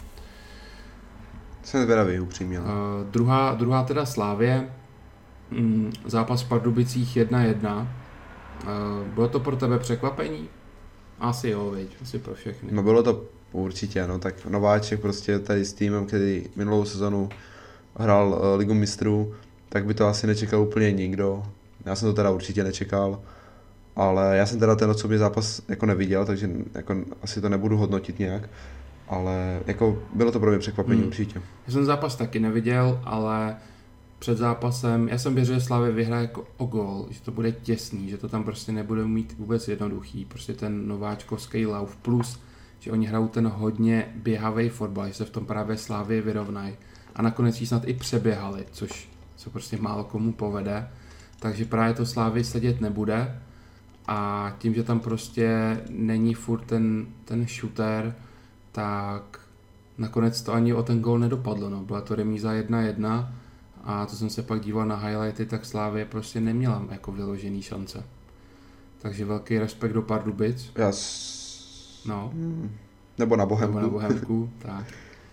Jsem zvědavý, upřímně. Uh, druhá, druhá teda Slávě, mm, zápas v Pardubicích jedna jedna, Bylo to pro tebe překvapení? Asi jo, viď, asi pro všechny. No bylo to určitě, no tak nováček prostě tady s týmem, který minulou sezonu hrál uh, Ligu mistrů, tak by to asi nečekal úplně nikdo. Já jsem to teda určitě nečekal, ale já jsem teda ten osobně zápas jako neviděl, takže jako asi to nebudu hodnotit nějak, ale jako bylo to pro mě překvapení hmm. určitě. Já jsem zápas taky neviděl, ale před zápasem, já jsem věřil, že Slavia vyhraje jako o gól, že to bude těsný, že to tam prostě nebude mít vůbec jednoduchý, prostě ten nováčkovský lauf plus, že oni hrajou ten hodně běhavý fotbal, že se v tom právě Slavii vyrovnají a nakonec ji snad i přeběhali, což se prostě málo komu povede, takže právě to Slavii sedět nebude a tím, že tam prostě není furt ten, ten shooter, tak nakonec to ani o ten gól nedopadlo, no. Byla to remíza jedna jedna a to jsem se pak díval na highlighty, tak Slavie prostě neměla jako vyložený šance. Takže velký respekt do Pardubic. Já s... No. Hmm. Nebo na Bohemku. Nebo na Bohemku, tak.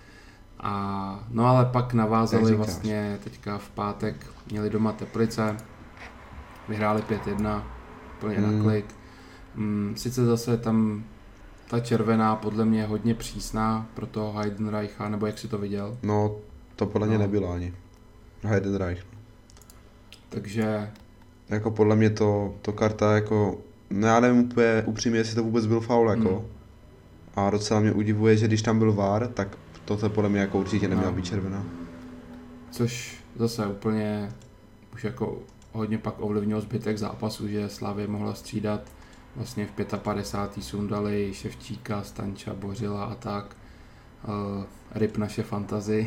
A, no ale pak navázali vlastně teďka v pátek, měli doma Teplice, vyhráli pět jedna, úplně hmm. na klik. Hmm, sice zase tam ta červená podle mě je hodně přísná pro toho Heidenreicha, nebo jak si to viděl? No, to podle mě no. nebylo ani. Heidenreich. Takže... Jako podle mě to, to karta jako, no já nevím úplně upřímně, jestli to vůbec byl faul jako. Hmm. A docela mě udivuje, že když tam byl V A R, tak toto podle mě jako určitě neměla no. být červená. Což zase úplně už jako hodně pak ovlivnilo zbytek zápasu, že Slavie mohla střídat vlastně v padesátém páté sundali Ševčíka, Stanča, Bořila a tak. Uh, rip naše fantasy.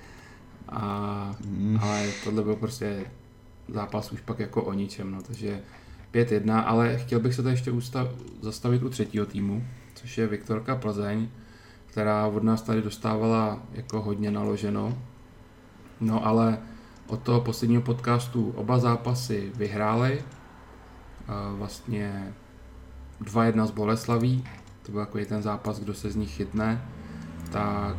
a, mm. Ale tohle byl prostě zápas už pak jako o ničem, no, takže pět jedna, ale chtěl bych se tady ještě ustav, zastavit u třetího týmu, což je Viktorka Plzeň, která od nás tady dostávala jako hodně naloženo. No ale od toho posledního podcastu oba zápasy vyhráli. Uh, vlastně dva jedna z Boleslaví, to byl takový ten zápas, kdo se z nich chytne, tak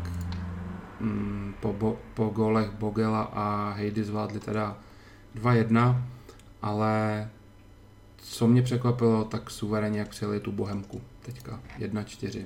mm, po, bo, po gólech Bogela a Hejdy zvládli teda dva jedna, ale co mě překvapilo, tak suverénně jak přijeli tu Bohemku teďka, jedna čtyři.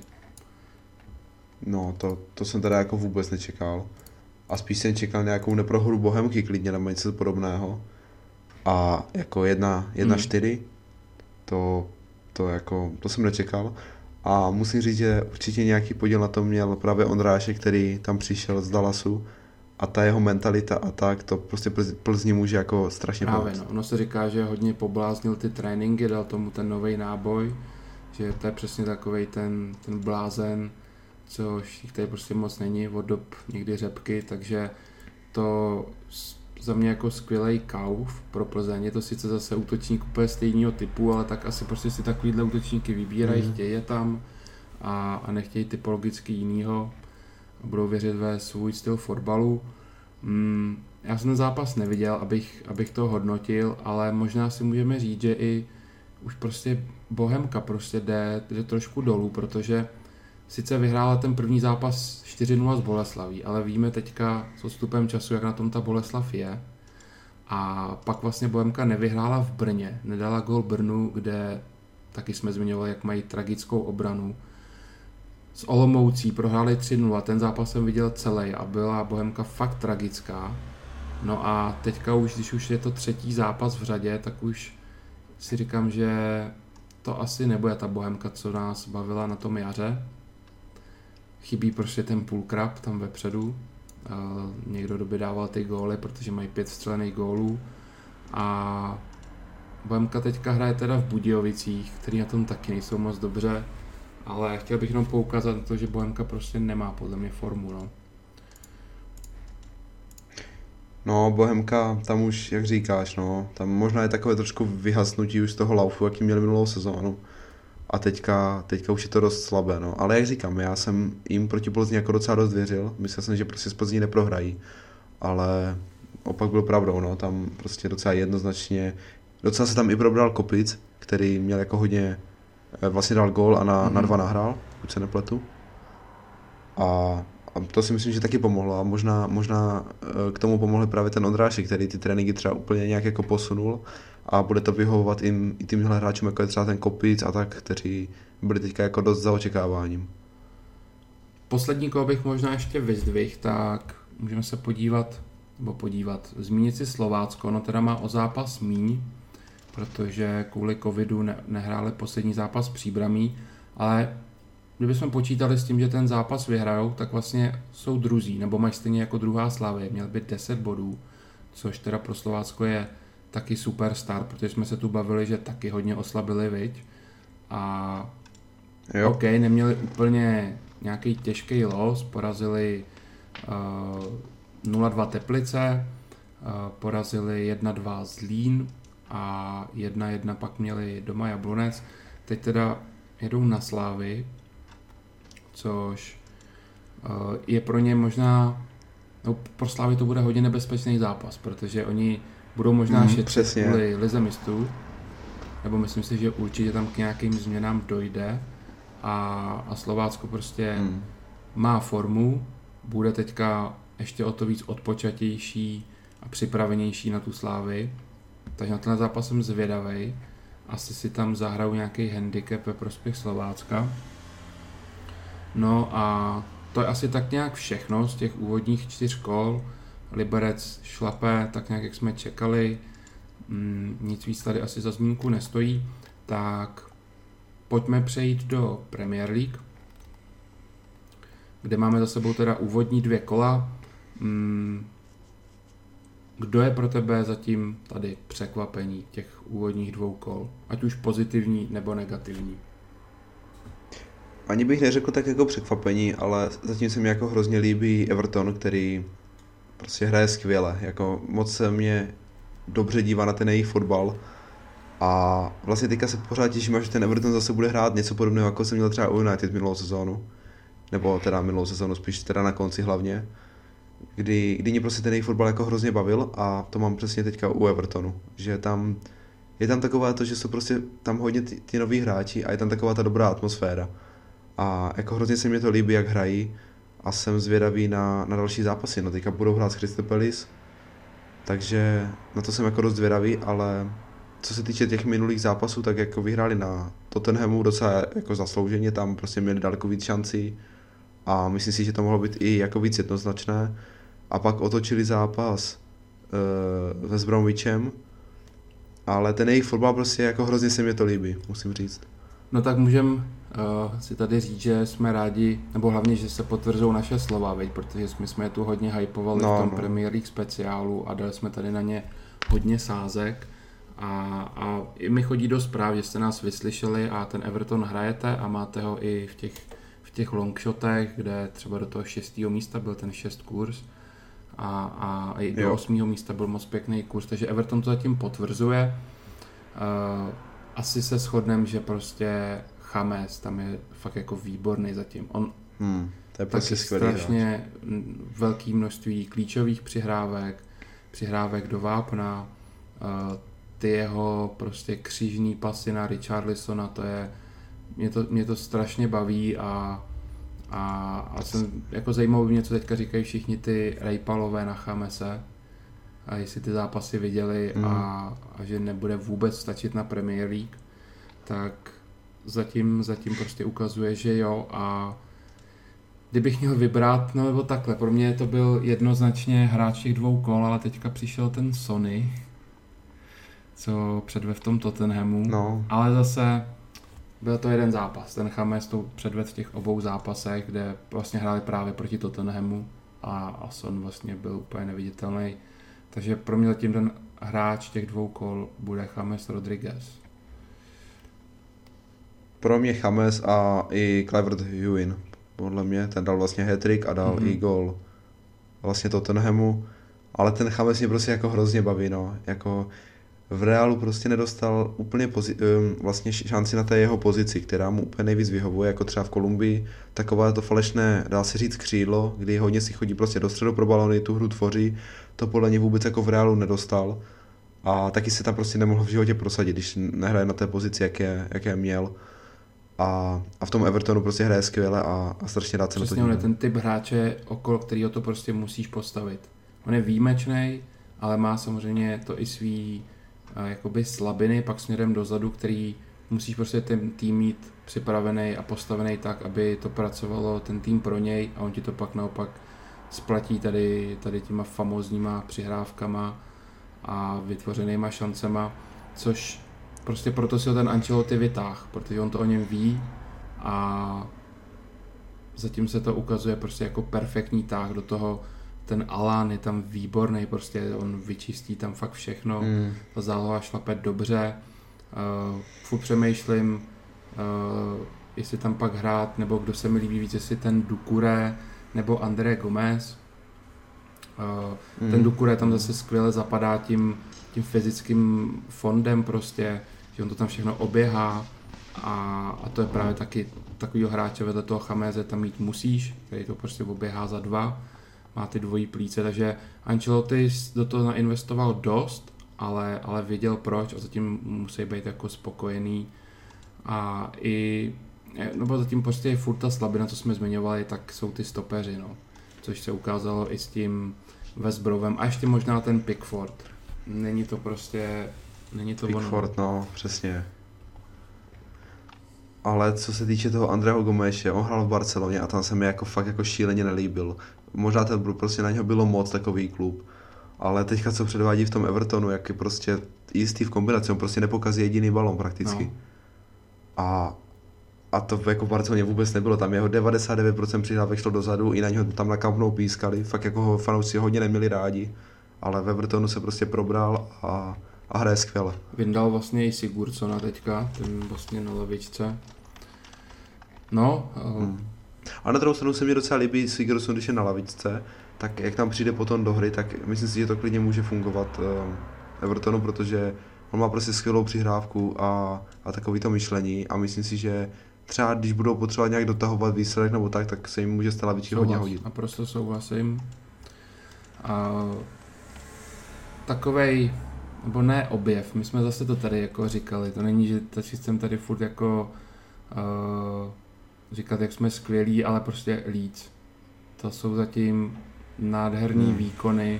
No, to, to jsem teda jako vůbec nečekal. A spíš jsem čekal nějakou neprohru Bohemky klidně nebo něco podobného. A jako jedna, jedna hmm. čtyři, to, to jako, to jsem nečekal. A musím říct, že určitě nějaký podíl na tom měl právě Ondrášek, který tam přišel z Dallasu. A ta jeho mentalita a tak, to prostě Plzni může jako strašně pomoct. Právě, no. Ono se říká, že hodně pobláznil ty tréninky, dal tomu ten nový náboj, že to je přesně takovej ten, ten blázen, což jich tady prostě moc není, od dob někdy řepky, takže to za mě jako skvělej kauf pro Plzeň. Je to sice zase útočník úplně stejného typu, ale tak asi prostě si takovýhle útočníky vybírají, mm. chtějí je tam a, a nechtějí typologicky jinýho. Budou věřit ve svůj styl fotbalu. Mm, já jsem ten zápas neviděl, abych, abych to hodnotil, ale možná si můžeme říct, že i už prostě Bohemka prostě jde, jde trošku dolů, protože sice vyhrála ten první zápas čtyři nula s Boleslaví, ale víme teďka s odstupem času, jak na tom ta Boleslav je. A pak vlastně Bohemka nevyhrála v Brně, nedala gól Brnu, kde taky jsme zmiňovali, jak mají tragickou obranu. S Olomoucí prohráli tři nula, ten zápas jsem viděl celý a byla Bohemka fakt tragická. No a teďka už, když už je to třetí zápas v řadě, tak už si říkám, že to asi nebude ta Bohemka, co nás bavila na tom jaře. Chybí prostě ten půlkrab tam vepředu. Někdo, kdo by dával ty góly, protože mají pět vstřelených gólů. A Bohemka teďka hraje teda v Budějovicích, který na tom taky nejsou moc dobře. Ale chtěl bych jenom poukázat na to, že Bohemka prostě nemá podle mě formu, no. No, Bohemka, tam už, jak říkáš, no, tam možná je takové trošku vyhasnutí už z toho laufu, jaký měli minulou sezónu. A teďka, teďka už je to dost slabé, no. Ale jak říkám, já jsem jim proti Plzni jako docela dost věřil. Myslel jsem, že prostě z Plzni neprohrají. Ale opak byl pravdou, no. Tam prostě docela jednoznačně, docela se tam i probral Kopic, který měl jako hodně, vlastně dal gól a na, mm-hmm. na dva nahrál, pokud se nepletu. A, a to si myslím, že taky pomohlo. A možná, možná k tomu pomohl právě ten Ondrášek, který ty tréninky třeba úplně nějak jako posunul a bude to vyhovovat i, i těmhle hráčům, jako je třeba ten Kopic a tak, kteří byli teďka jako dost za očekáváním. Poslední, koho bych možná ještě vyzdvihl, tak můžeme se podívat, nebo podívat, zmínit si Slovácko, no teda má o zápas míň, protože kvůli covidu ne, nehráli poslední zápas Příbramí, ale kdybychom počítali s tím, že ten zápas vyhrajou, tak vlastně jsou druzí, nebo mají stejně jako druhá Slavie, měl být deset bodů, což teda pro Slovácko je taky super start, protože jsme se tu bavili, že taky hodně oslabili, viď? A jo. OK, neměli úplně nějaký těžký los, porazili uh, nula dva Teplice, uh, porazili jedna dva Zlín a jedna jedna pak měli doma Jablonec. Teď teda jedou na Slávy, což uh, je pro ně možná, no pro Slávy to bude hodně nebezpečný zápas, protože oni budou možná mm, šetřit kvůli lize mistrů, nebo myslím si, že určitě tam k nějakým změnám dojde a, a Slovácko prostě mm. má formu, bude teďka ještě o to víc odpočatější a připravenější na tu Slávy, takže na ten zápas jsem zvědavej, asi si tam zahrajou nějaký handicap ve prospěch Slovácka. No a to je asi tak nějak všechno z těch úvodních čtyř kol. Liberec šlape, tak nějak jak jsme čekali, mm, nic víc tady asi za zmínku nestojí, tak pojďme přejít do Premier League, kde máme za sebou teda úvodní dvě kola. Mm, kdo je pro tebe zatím tady překvapení těch úvodních dvou kol, ať už pozitivní nebo negativní? Ani bych neřekl tak jako překvapení, ale zatím se mi jako hrozně líbí Everton, který prostě hraje skvěle, jako moc se mě dobře dívá na ten jejich fotbal a vlastně teďka se pořád těším, že ten Everton zase bude hrát něco podobného, jako jsem měl třeba u United minulou sezónu, nebo teda minulou sezónu, spíš teda na konci hlavně, kdy, kdy mě prostě ten jejich fotbal jako hrozně bavil a to mám přesně teďka u Evertonu, že tam je tam taková to, že jsou prostě tam hodně ty, ty noví hráči a je tam taková ta dobrá atmosféra a jako hrozně se mi to líbí, jak hrají. A jsem zvědavý na, na další zápasy. No teďka budou hrát s Crystal Palace, takže na to jsem jako dost zvědavý, ale co se týče těch minulých zápasů, tak jako vyhráli na Tottenhamu docela jako zaslouženě, tam prostě měli daleko víc šancí a myslím si, že to mohlo být i jako víc jednoznačné. A pak otočili zápas uh, s Bromwichem, ale ten jejich fotbal prostě jako hrozně se mi to líbí, musím říct. No tak můžem uh, si tady říct, že jsme rádi, nebo hlavně, že se potvrzou naše slova, veď, protože my jsme je tu hodně hypovali no, v tom no. Premier League speciálu a dali jsme tady na ně hodně sázek a, a i mi chodí do zpráv, že jste nás vyslyšeli a ten Everton hrajete a máte ho i v těch, v těch longshotech, kde třeba do toho šestého místa byl ten šest kurz a, a i do jo. osmého místa byl moc pěkný kurz, takže Everton to zatím potvrzuje. Uh, Asi se shodneme, že prostě James tam je fakt jako výborný zatím. On hmm, to je prostě strašně hráč. Velké množství klíčových přihrávek, přihrávek do vápna, ty jeho prostě křížní pasy na Richarlisona, to je, mě to, mě to strašně baví a, a, a jsem jako zajímavý mě, co teďka říkají všichni ty rejpalové na Jamese, a jestli ty zápasy viděli mm. a, a že nebude vůbec stačit na Premier League, tak zatím, zatím prostě ukazuje, že jo a kdybych měl vybrat, no nebo takhle, pro mě to byl jednoznačně hráč těch dvou kol, ale teďka přišel ten Sonny, co předve v tom Tottenhamu, no. ale zase byl to jeden zápas, ten James to předved v těch obou zápasech, kde vlastně hráli právě proti Tottenhamu a, a Son vlastně byl úplně neviditelný. Takže pro mě zatím ten hráč těch dvou kol bude James Rodriguez. Pro mě James a i Calvert-Lewin. Podle mě ten dal vlastně hat-trick a dal mm-hmm. i gol vlastně Tottenhamu. Ale ten James mě prostě jako hrozně baví, no. Jako v Realu prostě nedostal úplně pozi- vlastně šanci na té jeho pozici, která mu úplně nejvíc vyhovuje, jako třeba v Kolumbii. Takové to falešné, dá se říct, křídlo, kdy hodně si chodí prostě do středu pro balony, tu hru tvoří. To podle něj vůbec jako v Realu nedostal. A taky se tam prostě nemohl v životě prosadit, když nehraje na té pozici, jak je, jak je měl. A, a v tom Evertonu prostě hraje skvěle a, a strašně rád se na to dívám. Přesně, ten typ hráče, okolo kterého to prostě musíš postavit. On je výjimečný, ale má samozřejmě to i svý jakoby slabiny pak směrem dozadu, který musíš prostě ten tým mít připravený a postavený tak, aby to pracovalo ten tým pro něj a on ti to pak naopak splatí tady, tady těma famózníma přihrávkama a vytvořenýma šancema, což prostě proto si ho ten Ancelotti vytáh, protože on to o něm ví a zatím se to ukazuje prostě jako perfektní tah do toho. Ten Alan je tam výborný, prostě on vyčistí tam fakt všechno, mm. ta záloha šlape dobře, uh, furt přemýšlím, uh, jestli tam pak hrát, nebo kdo se mi líbí víc, jestli ten Doucouré nebo André Gomes. Uh, mm. Ten Doucouré tam zase skvěle zapadá tím, tím fyzickým fondem prostě, že on to tam všechno oběhá a, a to je právě taky takovýho hráče vedle toho Chaméze tam mít musíš, který to prostě oběhá za dva, má ty dvojí plíce, takže Ancelotti do toho nainvestoval dost, ale, ale věděl proč a zatím musí být jako spokojený a i, nebo zatím prostě je furt ta slabina, co jsme zmiňovali, tak jsou ty stopeři, no, což se ukázalo i s tím West Bromem a ještě možná ten Pickford, není to prostě, není to Pickford, ono. No, přesně. Ale co se týče toho Andreho Gomeše, on hrál v Barceloně a tam se mi jako fakt jako šíleně nelíbil. Možná ten prostě na něho bylo moc takový klub, ale teďka co předvádí v tom Evertonu, jak je prostě jistý v kombinaci, on prostě nepokazí jediný balon prakticky. No. A, a to jako v Barceloně vůbec nebylo, tam jeho devadesát devět procent přihrávek šlo dozadu, i na něho tam na Camp Nou pískali, fakt jako ho fanoušci hodně neměli rádi, ale v Evertonu se prostě probral a, a hraje skvěle. Vyndal vlastně i Sigurdsona teďka, ten vlastně na lavičce. No, hmm. A na druhou stranu se mi docela líbí Sigurdsson, když je na lavičce, tak jak tam přijde potom do hry, tak myslím si, že to klidně může fungovat uh, Evertonu, protože on má prostě skvělou přihrávku a, a takový to myšlení a myslím si, že třeba když budou potřebovat nějak dotahovat výsledek nebo tak, tak se jim může z té lavičky hodně hodit. Naprosto souhlasím. A takovej, nebo ne objev, my jsme zase to tady jako říkali, to není, že taky jsem tady furt jako uh, říkat, jak jsme skvělí, ale prostě Leeds. To jsou zatím nádherný hmm. výkony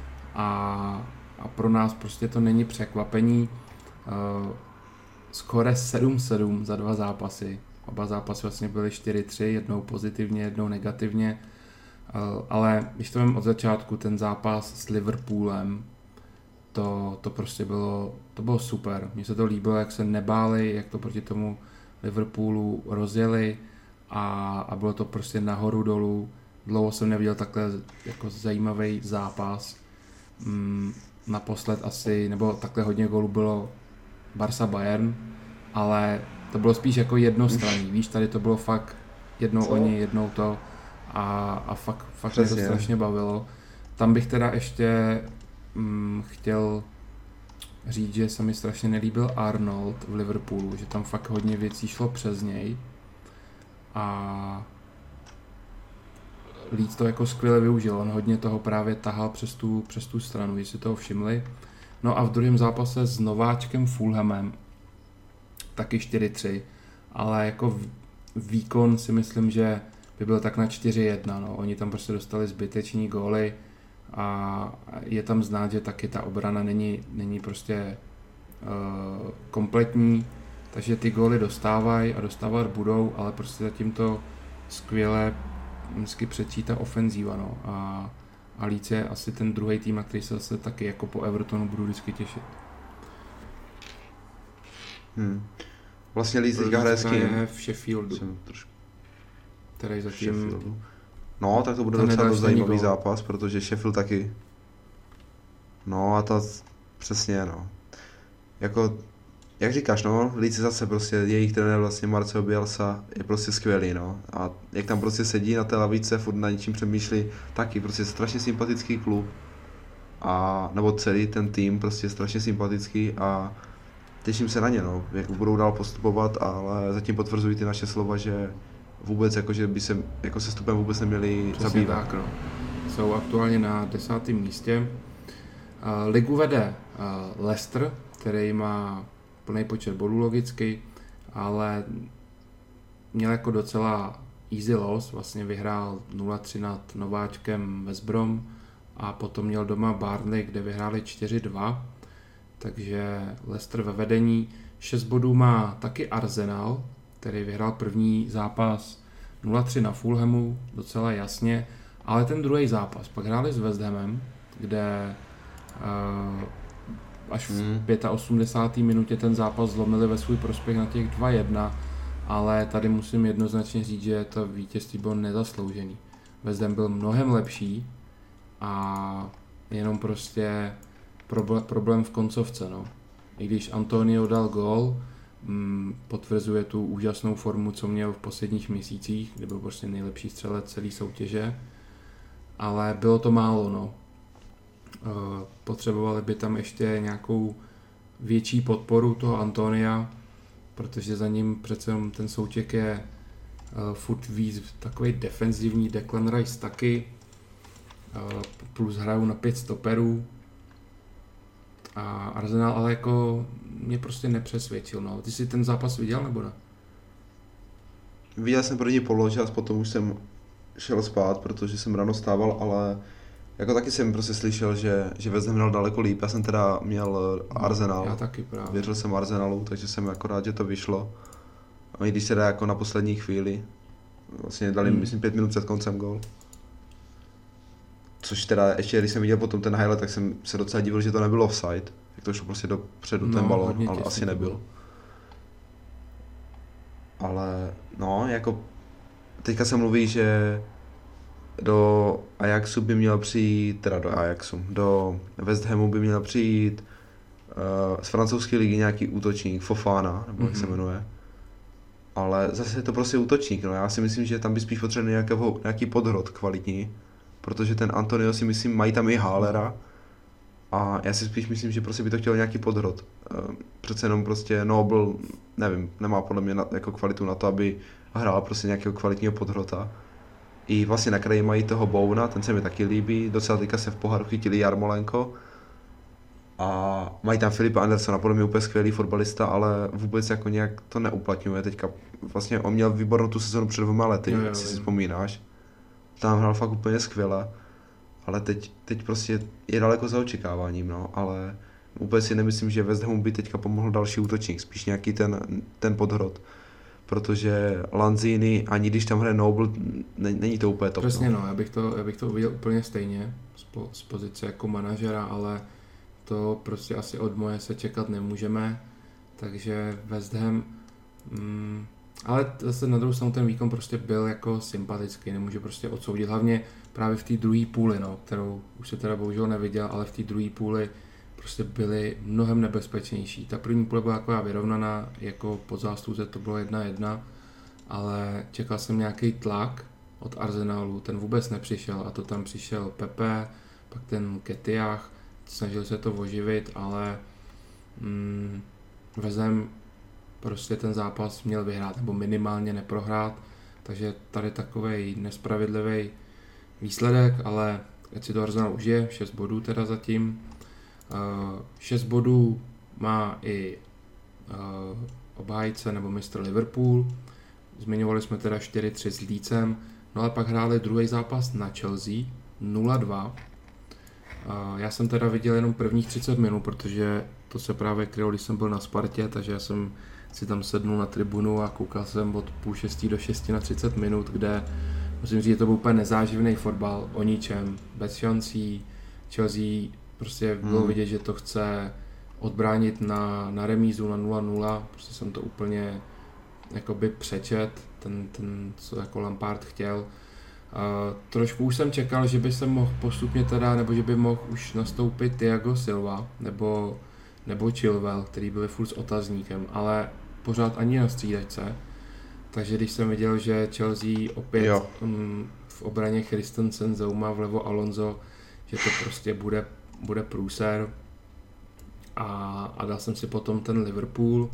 a, a pro nás prostě to není překvapení. Uh, skóre sedm sedm za dva zápasy. Oba zápasy vlastně byly čtyři tři, jednou pozitivně, jednou negativně. Uh, ale když to vím od začátku, ten zápas s Liverpoolem, to, to prostě bylo, to bylo super. Mně se to líbilo, jak se nebáli, jak to proti tomu Liverpoolu rozjeli a, a bylo to prostě nahoru dolů. Dlouho jsem neviděl takhle jako zajímavý zápas. Mm, naposled asi, nebo takhle hodně gólů bylo Barca Bayern, ale to bylo spíš jako jednostranný. Víš, tady to bylo fakt jednou Co? oni, jednou to a, a fakt, fakt mě to strašně bavilo. Tam bych teda ještě mm, chtěl říct, že se mi strašně nelíbil Arnold v Liverpoolu, že tam fakt hodně věcí šlo přes něj a Leeds to jako skvěle využil, on hodně toho právě tahal přes tu, přes tu stranu, jestli toho všimli. No a v druhém zápase s nováčkem Fulhamem taky čtyři tři, ale jako výkon si myslím, že by byl tak na čtyři jedna, no. Oni tam prostě dostali zbyteční góly a je tam znát, že taky ta obrana není, není prostě uh, kompletní, takže ty góly dostávají a dostávat budou, ale prostě zatím to skvěle vždycky předčítá ofenzíva, no. A, a Leeds je asi ten druhý tým, na který se zase taky jako po Evertonu budu vždycky těšit. Hmm. Vlastně Leeds teďka hraje s kým? Je v Sheffieldu. Který zatím... Sheffieldu. No, tak to bude docela zajímavý zápas, protože Sheffield taky... No a to přesně, no. Jako, jak říkáš, no, Leeds zase prostě, jejich trenér vlastně Marcel Bielsa je prostě skvělý, no. A jak tam prostě sedí na té lavice, furt na něčím přemýšlí, taky prostě strašně sympatický klub. A, nebo celý ten tým prostě strašně sympatický a těším se na ně, no, jak budou dál postupovat, ale zatím potvrzují ty naše slova, že vůbec jako, že by se jako se stupem vůbec neměli Přesně zabývat. Tak, no. Jsou aktuálně na desátém místě. Ligu vede Leicester, který má plný počet bodů logicky, ale měl jako docela easy loss, vlastně vyhrál nula tři nad nováčkem West Brom a potom měl doma Burnley, kde vyhráli čtyři dva. takže Leicester ve vedení. šest bodů má taky Arsenal, který vyhrál první zápas nula tři na Fulhamu, docela jasně, ale ten druhý zápas pak hráli s West Hamem, kde uh, až v osmdesát pěté minutě ten zápas zlomili ve svůj prospěch na těch dva jedna, ale tady musím jednoznačně říct, že to vítězství bylo nezasloužený. West Ham byl mnohem lepší a jenom prostě problém v koncovce. No. I když Antonio dal gól, potvrzuje tu úžasnou formu, co měl v posledních měsících, kdy byl prostě nejlepší střelec celé soutěže, ale bylo to málo. No. Potřebovali by tam ještě nějakou větší podporu toho Antonia, protože za ním přece ten soutěk je furt víc takový defenzivní, Declan Rice taky, plus hrajou na pět stoperů a Arsenal ale jako mě prostě nepřesvědčil. No. Ty jsi ten zápas viděl nebo ne? Viděl jsem první poločas, potom už jsem šel spát, protože jsem ráno stával, ale jako taky jsem prostě slyšel, že, že West Ham hrál daleko líp. Já jsem teda měl Arsenal. Já taky právě. Věřil jsem Arsenalu, takže jsem jako rád, že to vyšlo. A i když se dá jako na poslední chvíli, vlastně dali hmm. myslím pět minut před koncem gól. Což teda ještě, když jsem viděl potom ten highlight, tak jsem se docela divil, že to nebylo offside. Jak to šlo prostě dopředu no, ten balón, ale asi nebyl. Bylo. Ale no, jako teďka se mluví, že do Ajaxu by měl přijít, teda do Ajaxu, do West Hamu by měl přijít uh, z francouzské ligy nějaký útočník, Fofana, nebo jak mm-hmm. se jmenuje. Ale zase je to prostě útočník, no já si myslím, že tam by spíš potřeboval nějakého, nějaký podhrot kvalitní, protože ten Antonio si myslím, mají tam i Hálera a já si spíš myslím, že prostě by to chtěl nějaký podhrot. Uh, přece jenom prostě Noble, nevím, nemá podle mě na, jako kvalitu na to, aby hrál prostě nějakého kvalitního podhrota. I vlastně na kraji mají toho Bouna, ten se mi taky líbí, docela teďka se v poháru chytili Jarmolenko. A mají tam Filipa Andersona, podle mě úplně skvělý fotbalista, ale vůbec jako nějak to neuplatňuje teďka. Vlastně on měl výbornou tu sezonu před dvěma lety, jo, jo, jestli si vzpomínáš. Tam hrál fakt úplně skvěle, ale teď, teď prostě je daleko za očekáváním, no, ale úplně si nemyslím, že West Hamu by teďka pomohl další útočník, spíš nějaký ten, ten podhrot. Protože Lanzini, ani když tam hraje Noble, není to úplně top. Přesně no, já bych to, já bych to uviděl úplně stejně z, po, z pozice jako manažera, ale to prostě asi od moje se čekat nemůžeme, takže West Ham, mm, ale zase na druhou stranu ten výkon prostě byl jako sympatický, nemůže prostě odsoudit, hlavně právě v té druhé půli, no, kterou už se teda bohužel neviděl, ale v té druhé půli prostě byly mnohem nebezpečnější. Ta první půle byla taková vyrovnaná, jako po zásluze to bylo jedna jedna, ale čekal jsem nějaký tlak od Arsenalu, ten vůbec nepřišel a to tam přišel Pepe, pak ten Ketiach, snažil se to oživit, ale mm, West Ham prostě ten zápas měl vyhrát, nebo minimálně neprohrát, takže tady takovej nespravedlivý výsledek, ale ať si to Arsenal užije, šest bodů teda zatím. Uh, šest bodů má i uh, obhájce nebo mistr Liverpool, zmiňovali jsme teda čtyři tři s Leedsem, no ale pak hráli druhý zápas na Chelsea nula dva. Uh, já jsem teda viděl jenom prvních třicet minut, protože to se právě krylo, když jsem byl na Spartě, takže já jsem si tam sednul na tribunu a koukal jsem od půl šestý do šesti na třicet minut, kde musím říct, že to byl úplně nezáživný fotbal, o ničem, bez šancí. Chelsea prostě bylo hmm. vidět, že to chce odbránit na, na remízu na nula nula, prostě jsem to úplně jakoby přečet, ten, ten co jako Lampard chtěl. Uh, trošku už jsem čekal, že by se mohl postupně teda, nebo že by mohl už nastoupit Thiago Silva, nebo, nebo Chilwell, který byli furt s otazníkem, ale pořád ani na střídačce. Takže když jsem viděl, že Chelsea opět um, v obraně Christensen, Zouma, vlevo Alonso, že to prostě bude, bude průser. A, a dal jsem si potom ten Liverpool.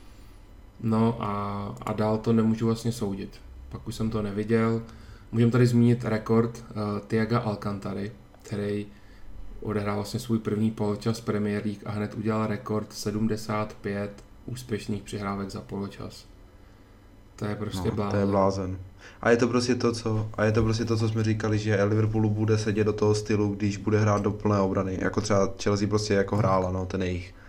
No a, a dál to nemůžu vlastně soudit. Pak už jsem to neviděl. Můžeme tady zmínit rekord uh, Thiaga Alcantary, který odehrál vlastně svůj první poločas Premier League a hned udělal rekord sedmdesát pět úspěšných přihrávek za poločas. To je prostě no, blázen. To je blázen. A je to prostě to, co, a je to prostě to, co jsme říkali, že Liverpoolu bude sedět do toho stylu, když bude hrát do plné obrany. Jako třeba Chelsea prostě jako hrála, no, ten jejich.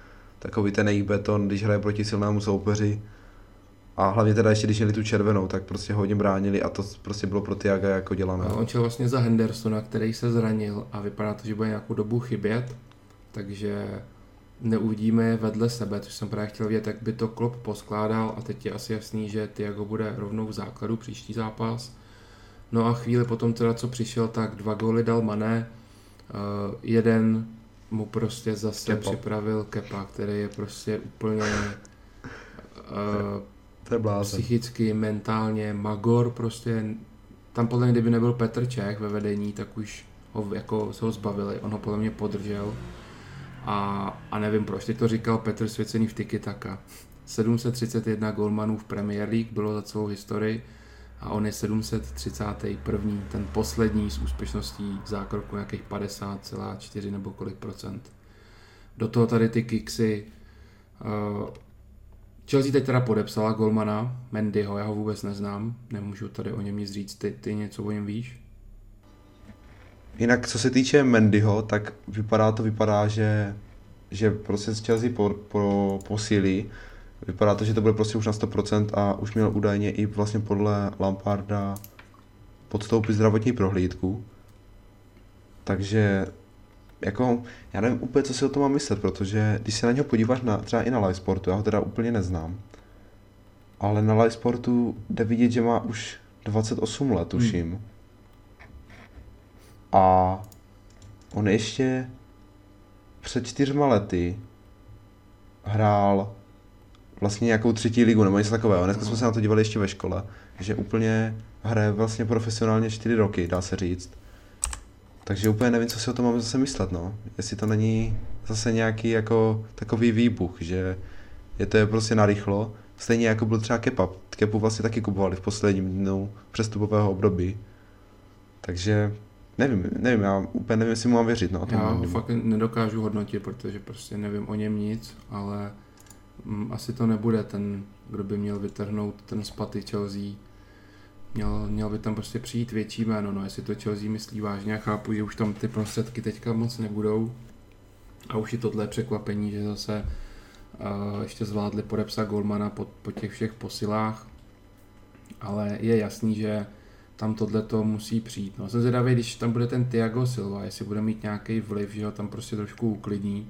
takový ten jejich beton, když hraje proti silnému soupeři. A hlavně teda ještě, když měli tu červenou, tak prostě hodně bránili a to prostě bylo pro Thiaga jako dělané. On šel vlastně za Hendersona, který se zranil a vypadá to, že bude nějakou dobu chybět, takže neuvidíme je vedle sebe, což jsem právě chtěl vědět, jak by to Klopp poskládal a teď je asi jasný, že Thiago bude rovnou v základu příští zápas. No a chvíli potom teda, co přišel, tak dva góly dal Mané, uh, jeden mu prostě zase Kepa. Připravil Kepa, který je prostě úplně uh, to je blázen. Psychicky, mentálně, magor prostě, tam podle mě, kdyby nebyl Petr Čech ve vedení, tak už ho, jako, se ho zbavili, on ho podle mě podržel a, a nevím proč, teď to říkal Petr Svěcený v Tiki Taka. sedm set třicet jedna gólmanů v Premier League bylo za celou historii a on je sedm set třicátý první, ten poslední s úspěšností zákroku nějakých padesát celá čtyři nebo kolik procent. Do toho tady ty kiksy. Uh, Chelsea teď teda podepsala golmana Mendyho, já ho vůbec neznám, nemůžu tady o něm nic říct, ty, ty něco o něm víš? Jinak co se týče Mendyho, tak vypadá to vypadá, že, že prostě z Chelsea po, po, posílí. Vypadá to, že to bude prostě už na sto procent a už měl údajně i vlastně podle Lamparda podstoupit zdravotní prohlídku. Takže jako, já nevím úplně, co si o tom mám myslet, protože když se na něho podíváš na, třeba i na live sportu, já ho teda úplně neznám, ale na live sportu jde vidět, že má už dvacet osm let, tuším. Hmm. A on ještě před čtyřma lety hrál vlastně nějakou třetí ligu nebo něco takového. Dneska jsme se na to dívali ještě ve škole, že úplně hraje vlastně profesionálně čtyři roky, dá se říct. Takže úplně nevím, co si o tom mám zase myslet, no. Jestli to není zase nějaký jako takový výbuch, že je to je prostě narychlo. Stejně jako byl třeba Kepa. Kepu vlastně taky kupovali v posledním dnu přestupového období. Takže nevím, nevím, já úplně nevím, jestli mu mám věřit, no. Já ho fakt nedokážu hodnotit, protože prostě nevím o něm nic, ale mm, asi to nebude ten, kdo by měl vytrhnout ten z paty Chelsea. Měl, měl by tam prostě přijít větší jméno, no, jestli to Chelsea myslí vážně, já chápu, že už tam ty prostředky teďka moc nebudou a už je tohle překvapení, že zase uh, ještě zvládli podepsat golmana po, po těch všech posilách, ale je jasný, že tam tohleto musí přijít. No, jsem zvědavý, když tam bude ten Thiago Silva, jestli bude mít nějaký vliv, že ho tam prostě trošku uklidní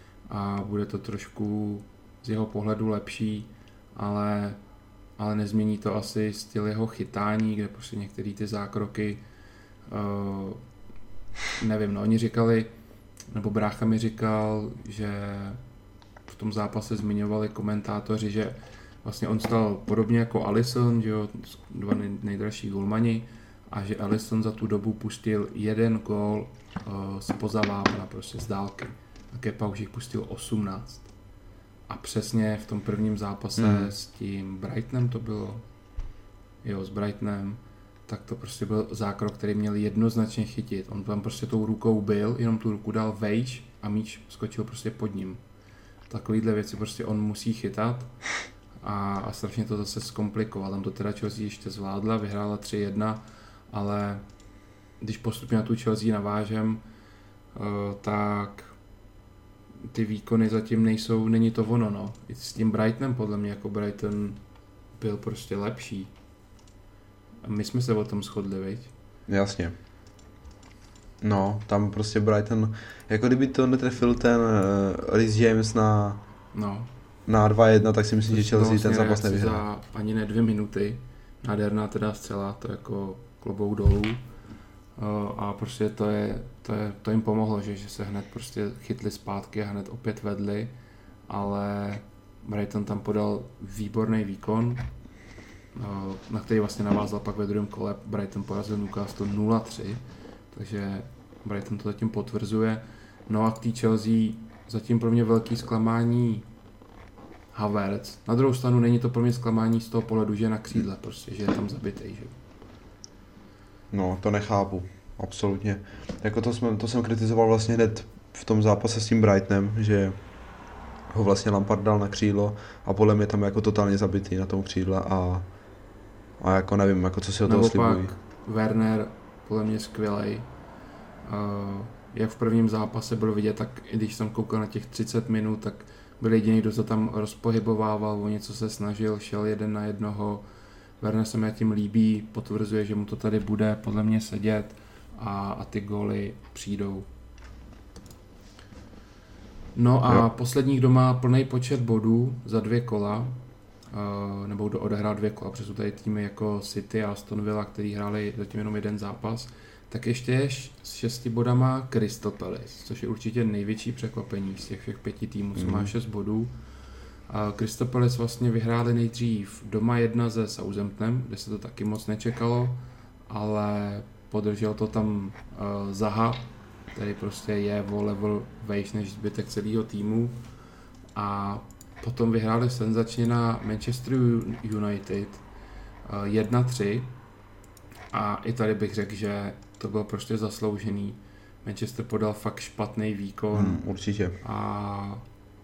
a bude to trošku z jeho pohledu lepší, ale ale nezmění to asi styl jeho chytání, kde prostě některé ty zákroky, uh, nevím, no, oni říkali, nebo brácha mi říkal, že v tom zápase zmiňovali komentátoři, že vlastně on stal podobně jako Alisson, že jo, dva nej, nejdražší golmani, a že Alisson za tu dobu pustil jeden gól uh, spoza vápna, prostě z dálky. A Kepa už jich pustil osmnáct. A přesně v tom prvním zápase hmm. s tím Brightonem to bylo, jo, s Brightonem, tak to prostě byl zákrok, který měl jednoznačně chytit. On tam prostě tou rukou byl, jenom tu ruku dal vejš a míč skočil prostě pod ním. Takovýhle věci prostě on musí chytat a, a strašně to zase zkomplikoval. Tam to teda Chelsea ještě zvládla, vyhrála tři jedna, ale když postupně na tu Chelsea navážem, uh, tak ty výkony zatím nejsou, není to ono, no. I s tím Brightonem podle mě jako Brighton byl prostě lepší. A my jsme se o tom shodli, viď? Jasně. No, tam prostě Brighton, jako kdyby to netrefil ten uh, Reece James na, no. na dva jedna, tak si myslím, že Chelsea vlastně ten zápas nevyhrál. Za ani ne dvě minuty, nádherná teda zcela, to jako klobouk dolů. A prostě to je, to je, to jim pomohlo, že, že se hned prostě chytli zpátky a hned opět vedli, ale Brighton tam podal výborný výkon, na který vlastně navázal pak ve druhém kole. Brighton porazil Newcastle nula tři, takže Brighton to zatím potvrzuje. No a k té Chelsea zatím pro mě velký zklamání Havertz. Na druhou stranu není to pro mě zklamání z toho pohledu, že je na křídle, prostě, že je tam zabitej, že? No, to nechápu, absolutně. Jako to, jsme, to jsem kritizoval vlastně hned v tom zápase s tím Brightonem, že ho vlastně Lampard dal na křídlo a podle mě tam jako totálně zabitý na tom křídle a, a jako nevím, jako co si o toho slibují. Werner podle mě skvělej. Uh, jak v prvním zápase bylo vidět, tak i když jsem koukal na těch třicet minut, tak byl jediný, kdo se tam rozpohybovával, o něco se snažil, šel jeden na jednoho. Werner se mi tím líbí, potvrzuje, že mu to tady bude podle mě sedět a, a ty góly přijdou. No a jo. Poslední, kdo má plný počet bodů za dvě kola, uh, nebo kdo odehrál dvě kola, protože jsou tady týmy jako City a Aston Villa, který hráli zatím jenom jeden zápas, tak ještě je s šesti bodama Crystal Palace, což je určitě největší překvapení z těch všech pěti týmů, co mm. má šest bodů. Uh, Crystal Palace vlastně vyhráli nejdřív doma jedna se Southamptonem, kde se to taky moc nečekalo, ale podržel to tam uh, Zaha, který prostě je o level vejš než zbytek celého týmu. A potom vyhráli senzačně na Manchester United jedna tři. A i tady bych řekl, že to bylo prostě zasloužený. Manchester podal fakt špatný výkon. Hmm, určitě. A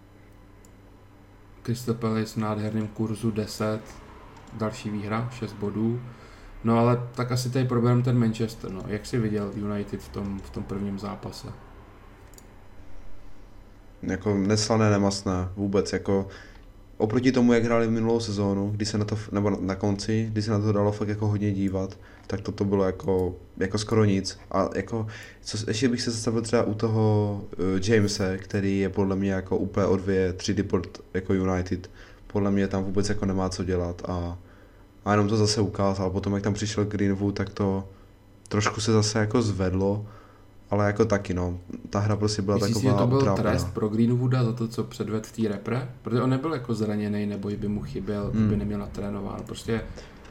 Crystal Palace v nádherném kurzu deset. Další výhra, šest bodů. No ale tak asi tady problém ten Manchester, no. Jak jsi viděl United v tom, v tom prvním zápase? Jako neslané, nemastné, vůbec, jako oproti tomu, jak hráli v minulou sezónu, kdy se na to, nebo na konci, kdy se na to dalo fakt jako hodně dívat, tak toto bylo jako, jako skoro nic. A jako, co, ještě bych se zastavil třeba u toho uh, Jamese, který je podle mě jako úplně o dvě, tři deport jako United. Podle mě tam vůbec jako nemá co dělat a A jenom to zase ukázal, potom jak tam přišel Greenwood, tak to trošku se zase jako zvedlo, ale jako taky no, ta hra prostě byla Myslíš, taková že to byl utrápená. Trest pro Greenwooda za to, co předvedl v té repre? Protože on nebyl jako zraněný, nebo by mu chyběl, hmm. by neměl natrénováno, prostě...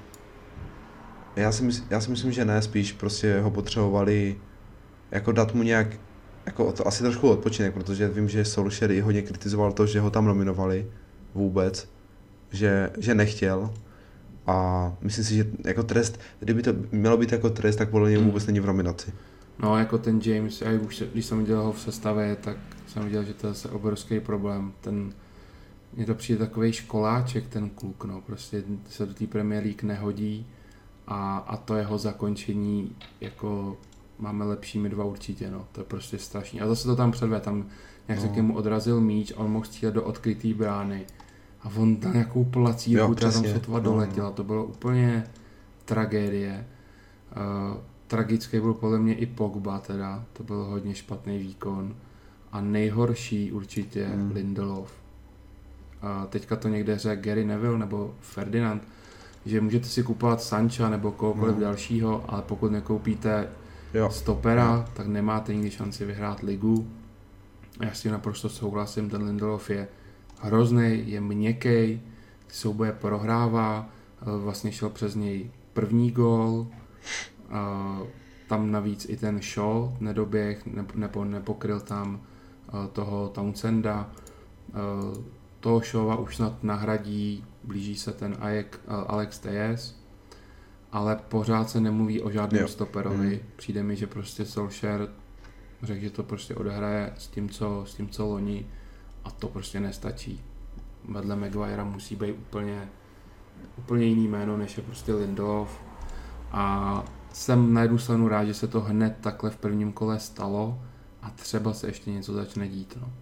Já si, mysl, já si myslím, že ne, spíš prostě ho potřebovali jako dát mu nějak, jako to, asi trošku odpočinek, protože vím, že Solskjaer i hodně kritizoval to, že ho tam nominovali vůbec, že, že nechtěl. A myslím si, že jako trest, kdyby to mělo být jako trest, tak podle něj vůbec není v nominaci. No jako ten James, já už, když jsem viděl ho v sestavě, tak jsem viděl, že to je zase obrovský problém. Ten, mně to přijde takovej školáček, ten kluk, no, prostě se do té Premier League nehodí a, a to jeho zakončení, jako máme lepší my dva určitě, no, to je prostě strašný. A zase to tam předve, tam nějak no. se k němu odrazil míč, on mohl střílet do odkrytý brány. A on dal nějakou placírku, která tam sotva doletěla, to bylo úplně tragédie. Uh, tragický byl podle mě i Pogba teda, to byl hodně špatný výkon. A nejhorší určitě hmm. Lindelof. Uh, teďka to někde řekl Gary Neville nebo Ferdinand, že můžete si kupovat Sancha nebo kohokoliv hmm. dalšího, ale pokud nekoupíte jo. stopera, jo. tak nemáte nikdy šanci vyhrát ligu. Já s tím naprosto souhlasím, ten Lindelof je hroznej, je měkkej, souboje prohrává, vlastně šel přes něj první gól, tam navíc i ten Shaw nedoběh, nebo nepokryl tam toho Townsenda, toho Shawa už snad nahradí, blíží se ten Alex Telles, ale pořád se nemluví o žádném jo. stoperovi, mm. přijde mi, že prostě Solskjaer řekl, že to prostě odehraje s tím, co, s tím, co loni, a to prostě nestačí. Vedle Maguirea musí být úplně, úplně jiný jméno, než je prostě Lindelof. A jsem na jednu stranu rád, že se to hned takhle v prvním kole stalo a třeba se ještě něco začne dít. No.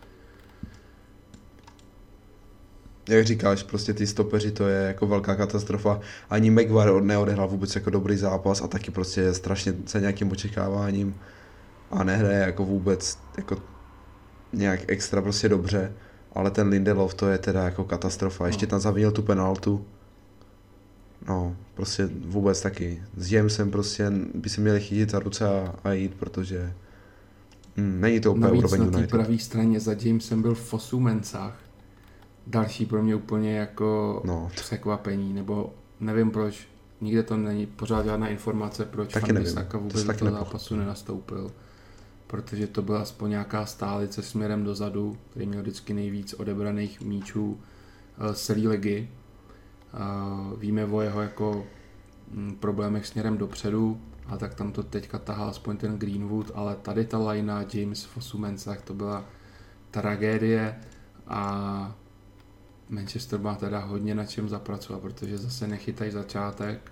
Jak říkáš, prostě ty stopeři, to je jako velká katastrofa. Ani Maguire neodehrál vůbec jako dobrý zápas a taky prostě je strašně se nějakým očekáváním a nehraje jako vůbec jako nějak extra prostě dobře, ale ten Lindelof to je teda jako katastrofa. Ještě tam zavinil tu penaltu. No, prostě vůbec taky. S Jamesem prostě by se měli chytit za ruce a, a jít, protože hm, není to úplně úroveň United. Navíc na té pravé straně za Jamesem byl Fosu Mensah. Další pro mě úplně jako no. překvapení, nebo nevím proč, nikde to není pořád žádná informace, proč Van Bissaka vůbec do toho zápasu nenastoupil. Protože to byla aspoň nějaká stálice směrem dozadu, který měl vždycky nejvíc odebraných míčů z celé ligy. Víme o jeho jako problémech směrem dopředu, a tak tam to teďka tahá aspoň ten Greenwood, ale tady ta lajna James Fosu Mensah, to byla tragédie a Manchester má teda hodně na čem zapracovat, protože zase nechytají začátek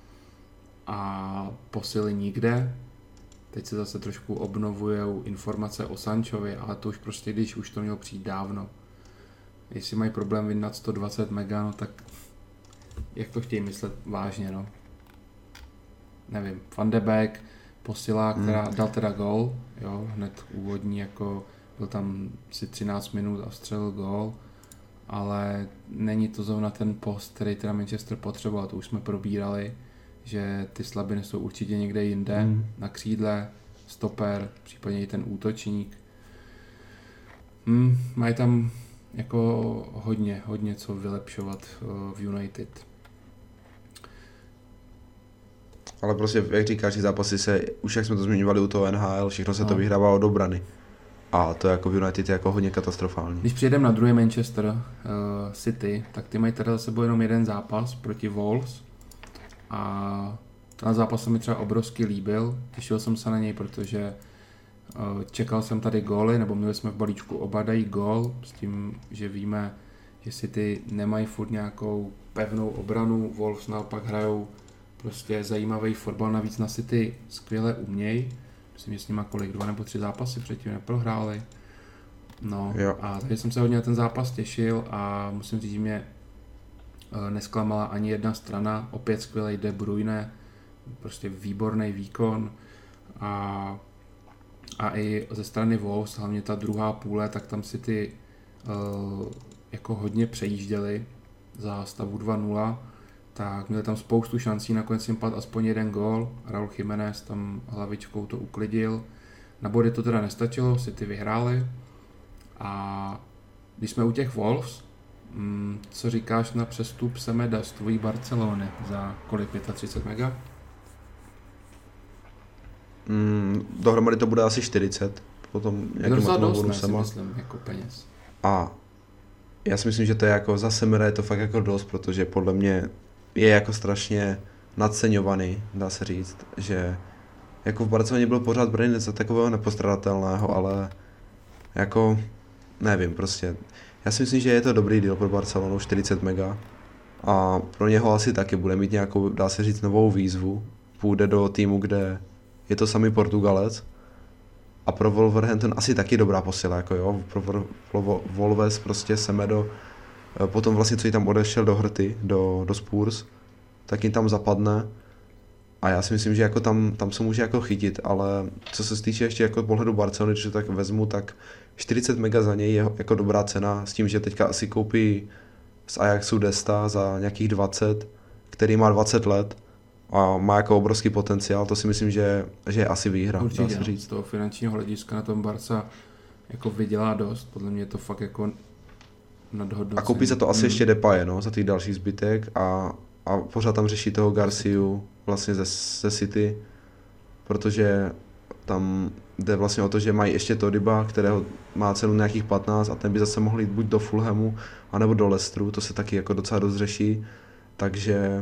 a posily nikde. Teď se zase trošku obnovujou informace o Sanchovi, ale to už prostě, když už to mělo přijít dávno. jestli mají problém vydat sto dvacet mega, no tak jak to chtějí myslet vážně, no. Nevím, Van de Beek posila, která hmm. dal teda gól, jo, hned úvodní, jako byl tam si třináct minut a střelil gól, ale není to zrovna ten post, který teda Manchester potřeboval, to už jsme probírali, že ty slabiny jsou určitě někde jinde, hmm. na křídle, stoper, případně i ten útočník. Hmm, mají tam jako hodně, hodně co vylepšovat v United. Ale prostě, jak říkáš, ty zápasy se, už jak jsme to zmiňovali u toho N H L, všechno se no. to vyhrává od obrany. A to jako v United je jako hodně katastrofální. Když přijedeme na druhý Manchester uh, City, tak ty mají teda za sebou jenom jeden zápas proti Wolves. A ten zápas se mi třeba obrovsky líbil. Těšil jsem se na něj, protože uh, čekal jsem tady góly, nebo měli jsme v balíčku oba dají gól, s tím, že víme, že City nemají furt nějakou pevnou obranu, Wolves naopak hrajou prostě zajímavý fotbal, navíc na City skvěle umějí. Myslím, že s nima kolik, dva nebo tři zápasy předtím neprohráli. No jo. A takže jsem se hodně na ten zápas těšil a musím říct, že mě nesklamala ani jedna strana. Opět skvělej De Bruyne, prostě výborný výkon a, a i ze strany Wolves, hlavně ta druhá půle, tak tam City uh, jako hodně přejížděli za stavu dva nula. Tak měli tam spoustu šancí, nakonec jim padl aspoň jeden gól, Raúl Jiménez tam hlavičkou to uklidil. Na body to teda nestačilo, City vyhráli. A když jsme u těch Wolves, mm, co říkáš na přestup Semeda z tvojí Barcelony za kolik, třicet pět mega? Mm, dohromady to bude asi čtyřicet, potom nějakým automobilu Sema. Myslím, jako peněz. A já si myslím, že to je jako za Semeda je to fakt jako dost, protože podle mě je jako strašně nadceňovaný, dá se říct, že jako v Barceloně byl pořád braný za takového nepostradatelného, ale jako nevím prostě. Já si myslím, že je to dobrý deal pro Barcelonu, čtyřicet mega a pro něho asi taky bude mít nějakou, dá se říct, novou výzvu. Půjde do týmu, kde je to samý Portugalec a pro Wolverhampton asi taky dobrá posila, jako jo, pro, pro Wolves prostě Semedo. Potom vlastně, co jí tam odešel do Hrty, do, do Spurs, tak jim tam zapadne a já si myslím, že jako tam, tam se může jako chytit, ale co se týče ještě jako pohledu Barcelony, když to tak vezmu, tak čtyřicet mega za něj je jako dobrá cena s tím, že teďka asi koupí z Ajaxu Desta za nějakých dvacet, který má dvacet let a má jako obrovský potenciál, to si myslím, že, že je asi výhra. Určitě, dá se říct. Z toho finančního hlediska na tom Barca jako vydělá dost, podle mě je to fakt jako nadhodnocení. A koupí za to asi hmm. ještě Depaye, no, za těch dalších zbytek a, a pořád tam řeší toho Garciu vlastně ze, ze City, protože tam jde vlastně o to, že mají ještě Todiba, kterého má cenu nějakých patnáct a ten by zase mohl jít buď do Fulhamu, anebo do Leicesteru, to se taky jako docela dost řeší, takže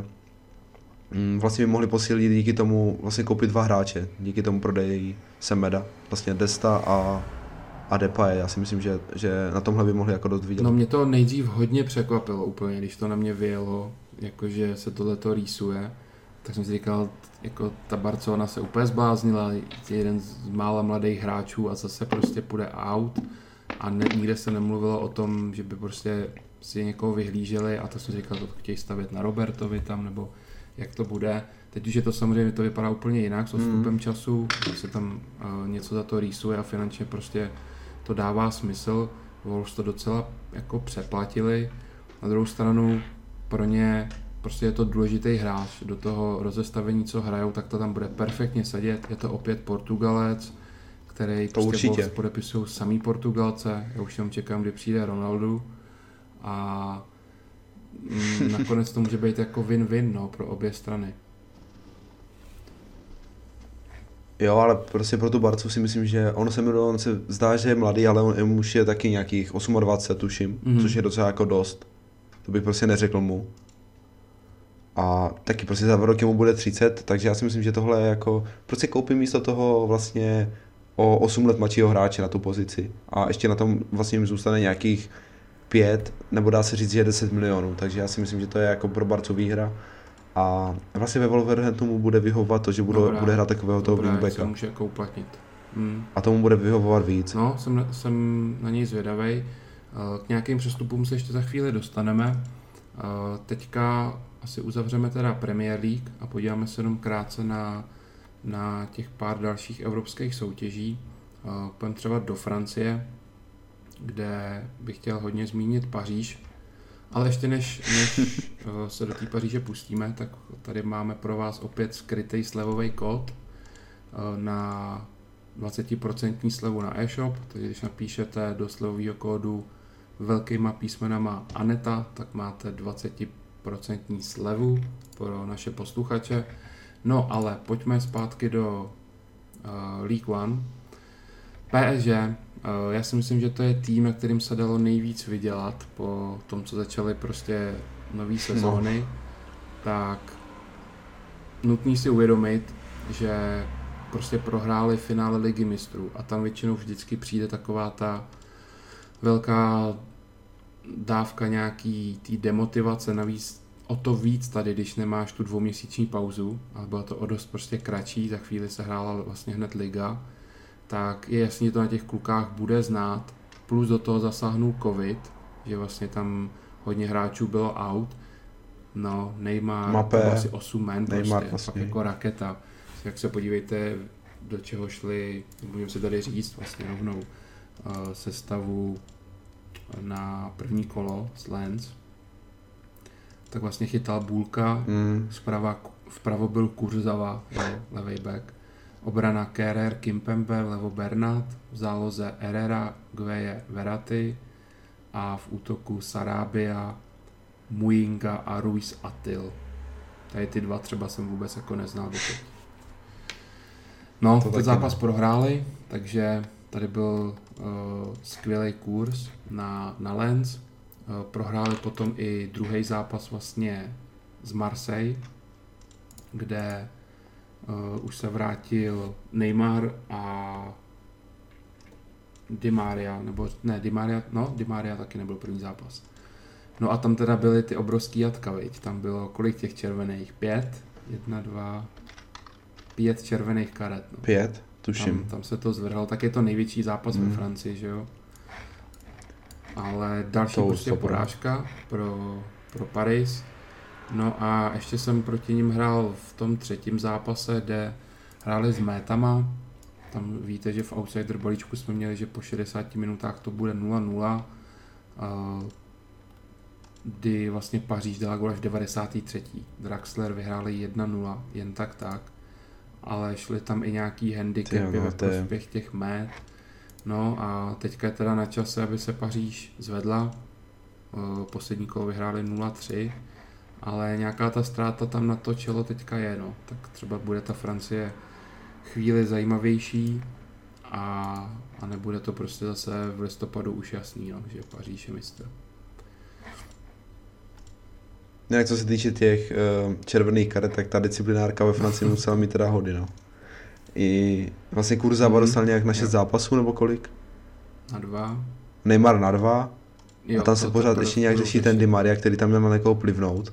mm, vlastně by mohli posílit díky tomu vlastně koupit dva hráče, díky tomu prodeji Semeda, vlastně Desta a a Depaye, já si myslím, že, že na tomhle by mohli jako dost vidět. No mě to nejdřív hodně překvapilo úplně, když to na mě vyjelo, jakože se tohleto rýsuje, tak jsem si říkal, jako ta Barcelona se úplně zbláznila, je jeden z mála mladých hráčů a zase prostě půjde out a ne, nikde se nemluvilo o tom, že by prostě si někoho vyhlíželi a to jsem si říkal, to chtějí stavět na Robertovi tam, nebo jak to bude. Teď už je to samozřejmě, to vypadá úplně jinak s odstupem mm. času, když se tam uh, něco za to rýsuje a finančně prostě to dává smysl. Wolves to docela jako přeplatili. Na druhou stranu pro ně prostě je to důležitý hráč. Do toho rozestavení, co hrajou, tak to tam bude perfektně sedět. Je to opět Portugalec, který to prostě Wolves podepisují samý Portugalce. Já už jenom čekám, kdy přijde Ronaldo. A mm, nakonec to může být jako win-win, no, pro obě strany. Jo, ale prostě pro tu Barcu si myslím, že ono se mi on se zdá, že je mladý, ale on už je taky nějakých dvacet osm, tuším, mm-hmm. což je docela jako dost. To bych prostě neřekl mu. A taky prostě za roky mu bude třicet, takže já si myslím, že tohle je jako, prostě koupím místo toho vlastně o osm let mladšího hráče na tu pozici. A ještě na tom vlastně jim zůstane nějakých pět, nebo dá se říct, že deset milionů, takže já si myslím, že to je jako pro Barcu výhra. A vlastně ve Wolverhamptonu mu bude vyhovovat to, že bude, dobrá, bude hrát takového toho wingbacka. Dobrá, může jako uplatnit. Hmm. A tomu bude vyhovovat víc. No, jsem, jsem na něj zvědavej. K nějakým přestupům se ještě za chvíli dostaneme. Teďka asi uzavřeme teda Premier League a podíváme se jenom krátce na, na těch pár dalších evropských soutěží. Půjdeme třeba do Francie, kde bych chtěl hodně zmínit Paříž. Ale ještě než, než se do té Paříže pustíme, tak tady máme pro vás opět skrytý slevový kód na dvacet procent slevu na e-shop, takže když napíšete do slevového kódu velkýma písmenama Aneta, tak máte dvacet procent slevu pro naše posluchače. No ale pojďme zpátky do uh, League One. P S G, uh, já si myslím, že to je tým, na kterým se dalo nejvíc vydělat po tom, co začaly prostě nový sezóny. No. Tak nutný si uvědomit, že prostě prohráli finále Ligy mistrů a tam většinou vždycky přijde taková ta velká dávka nějaký tý demotivace, navíc o to víc tady, když nemáš tu dvouměsíční pauzu, ale bylo to o dost prostě kratší, za chvíli se hrála vlastně hned liga, tak je jasně, že to na těch klukách bude znát, plus do toho zasáhnul covid, že vlastně tam hodně hráčů bylo out, no Neymar, Mapé, to asi osm men prostě, vlastně. fakt jako raketa. Jak se podívejte, do čeho šli, můžeme si tady říct vlastně rovnou uh, sestavu na první kolo s Lens, tak vlastně chytal Bulka, mm. zprava, vpravo byl Kurzawa, levej back, obrana Kerrer, Kimpembe, levo Bernat, v záloze Herrera, Gueye, Verratti a v útoku Sarabia, Muyinga a Ruiz Atil. Tady ty dva třeba jsem vůbec jako neznal doteď. No, ten zápas ne. prohráli, takže tady byl uh, skvělý kurz na, na Lens. Uh, prohráli potom i druhý zápas vlastně z Marseille, kde uh, už se vrátil Neymar a Di Maria, nebo ne, Di Maria, no, Di Maria taky nebyl první zápas. No a tam teda byly ty obrovský jatka, viď? Tam bylo kolik těch červených? Pět? Jedna, dva... Pět červených karet. No. Pět? Tuším. Tam, tam se to zvrhlo, tak je to největší zápas mm. ve Francii, že jo? Ale další to prostě porážka pro, pro Paris. No a ještě jsem proti ním hrál v tom třetím zápase, kde hráli s métama. Tam víte, že v Outsider balíčku jsme měli, že po šedesáti minutách to bude nula nula. Kdy vlastně Paříž dala gól až v devadesátém třetím Draxler vyhráli jedna nula, jen tak tak. Ale šly tam i nějaký handicapy no, ve prospěch je... těch mét. No a teďka je teda na čase, aby se Paříž zvedla. Poslední kolo vyhráli nula tři, ale nějaká ta ztráta tam na to čelo teďka je, no. Tak třeba bude ta Francie chvíli zajímavější a, a nebude to prostě zase v listopadu už jasný, no, že Paříž je mistr. Jinak co se týče těch uh, červených karet, tak ta disciplinárka ve Francii musela mít teda hody, no. I vlastně Kurzawa mm. dostal nějak na šest zápasů, nebo kolik? Na dva. Neymar na dva. Jo, a tam se pořád ještě nějak řeší ten Di Maria, který tam měl na někoho plivnout.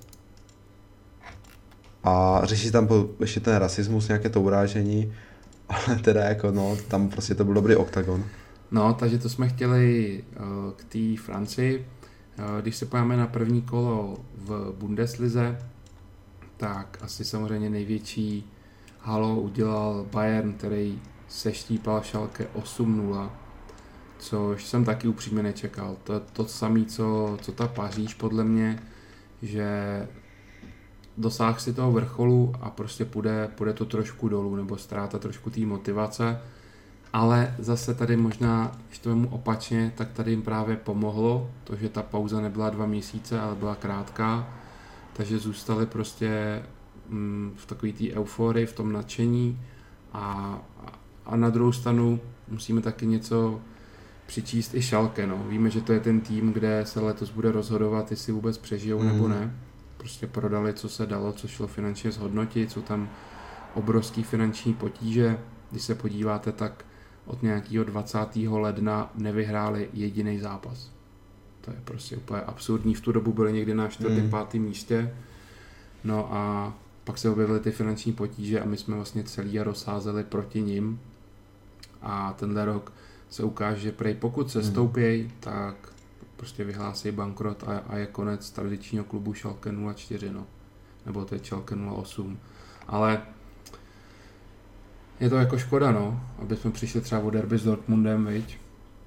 A řeší tam ještě ten rasismus, nějaké to urážení. Ale teda jako no, tam prostě to byl dobrý oktagon. No, takže to jsme chtěli uh, k té Francii. Když se pojáme na první kolo v Bundeslize, tak asi samozřejmě největší halo udělal Bayern, který seštípal Schalke osm nula, což jsem taky upřímně nečekal. To je to samé, co, co ta Paříž podle mě, že dosáhl si toho vrcholu a prostě půjde, půjde to trošku dolů, nebo ztráta trošku té motivace. Ale zase tady možná, když to vemu opačně, tak tady jim právě pomohlo to, že ta pauza nebyla dva měsíce, ale byla krátká, takže zůstali prostě mm, v takové té euforii, v tom nadšení a, a na druhou stranu musíme taky něco přičíst i Schalke, no. Víme, že to je ten tým, kde se letos bude rozhodovat, jestli vůbec přežijou mm. nebo ne. Prostě prodali, co se dalo, co šlo finančně zhodnotit, jsou tam obrovský finanční potíže. Když se podíváte, tak od nějakého dvacátého ledna nevyhráli jediný zápas. To je prostě úplně absurdní. V tu dobu byli někdy na čtvrtém, pátém místě. No a pak se objevily ty finanční potíže a my jsme vlastně celý jaro sázeli proti nim. A tenhle rok se ukáže, že prej pokud se stoupějí, tak prostě vyhlásí bankrot a, a je konec tradičního klubu Schalke nula čtyři, no. Nebo to je Schalke nula osm. Ale je to jako škoda, no, aby jsme přišli třeba o derby s Dortmundem, viď?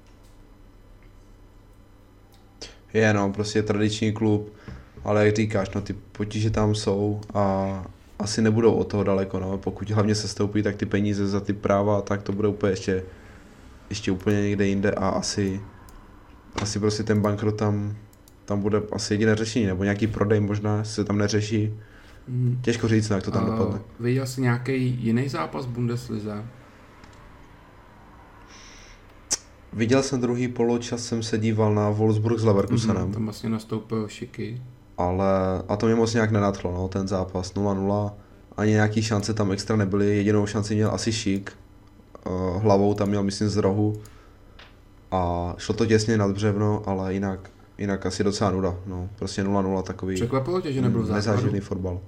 Je, no, prostě tradiční klub, ale jak říkáš, no, ty potíže tam jsou a asi nebudou od toho daleko, no, pokud hlavně se stoupí, tak ty peníze za ty práva, tak to bude úplně ještě, ještě úplně někde jinde a asi, asi prostě ten bankrot tam, tam bude asi jediné řešení, nebo nějaký prodej možná se tam neřeší. Hmm. Těžko říct, jak to tam uh, dopadne. Viděl jsi nějaký jiný zápas v Bundeslize? Viděl jsem druhý poločas, jsem se díval na Wolfsburg s Leverkusenem. Mm-hmm, tam vlastně nastoupil Šiky. Ale, a to mě moc nějak nenadchlo, no, ten zápas nula nula. Ani nějaký šance tam extra nebyly, jedinou šanci měl asi Šik. Uh, hlavou tam měl, myslím, z rohu. A šlo to těsně nad břevno, ale jinak, jinak asi docela nuda, no, prostě nula nula takový. Překvapilo tě, že nebyl v základu? Nezáživný fotbal.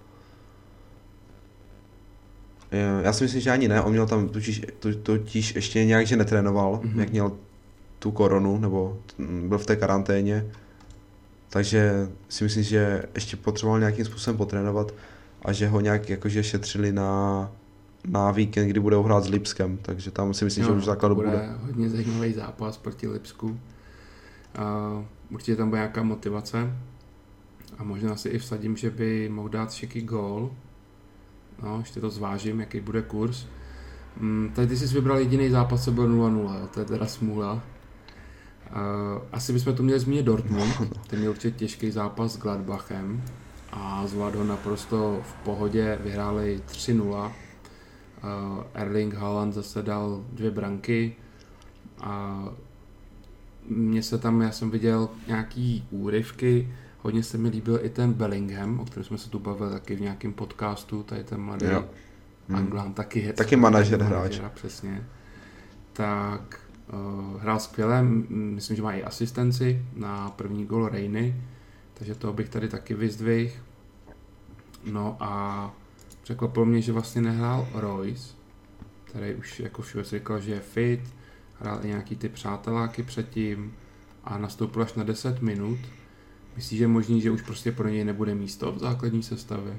Já si myslím, že ani ne, on měl tam totiž, totiž ještě nějak, že netrénoval, mm-hmm. jak měl tu koronu, nebo byl v té karanténě, takže si myslím, že ještě potřeboval nějakým způsobem potrénovat a že ho nějak jakože šetřili na, na víkend, kdy budou hrát s Lipskem, takže tam si myslím, no, že už v základu bude. Bude hodně zajímavý zápas proti Lipsku, uh, určitě tam bude nějaká motivace a možná si i vsadím, že by mohl dát Šiky gól. No, ještě to zvážím, jaký bude kurz. Mm, tady ty jsi vybral jediný zápas, co byl nula nula, jo, to je teda smůla. Uh, asi bychom tu měli zmínit Dortmund, ten měl určitě těžký zápas s Gladbachem a zvládl ho naprosto v pohodě, vyhráli tři nula. Uh, Erling Haaland zase dal dvě branky a mně se tam, já jsem viděl nějaký úryvky, hodně se mi líbil i ten Bellingham, o kterém jsme se tu bavili taky v nějakém podcastu, tady ten mladý hmm. Anglán, taky je. Taky manažer hráč. Přesně. Tak uh, hrál skvěle, myslím, že má i asistenci na první gól Reiny, takže toho bych tady taky vyzdvihl. No a překvapilo mě, že vlastně nehrál Royce, který už jako všude říkal, že je fit, hrál i nějaký ty přáteláky předtím a nastoupil až na deset minut. Myslíš, že je možný, že už prostě pro něj nebude místo v základní sestavě?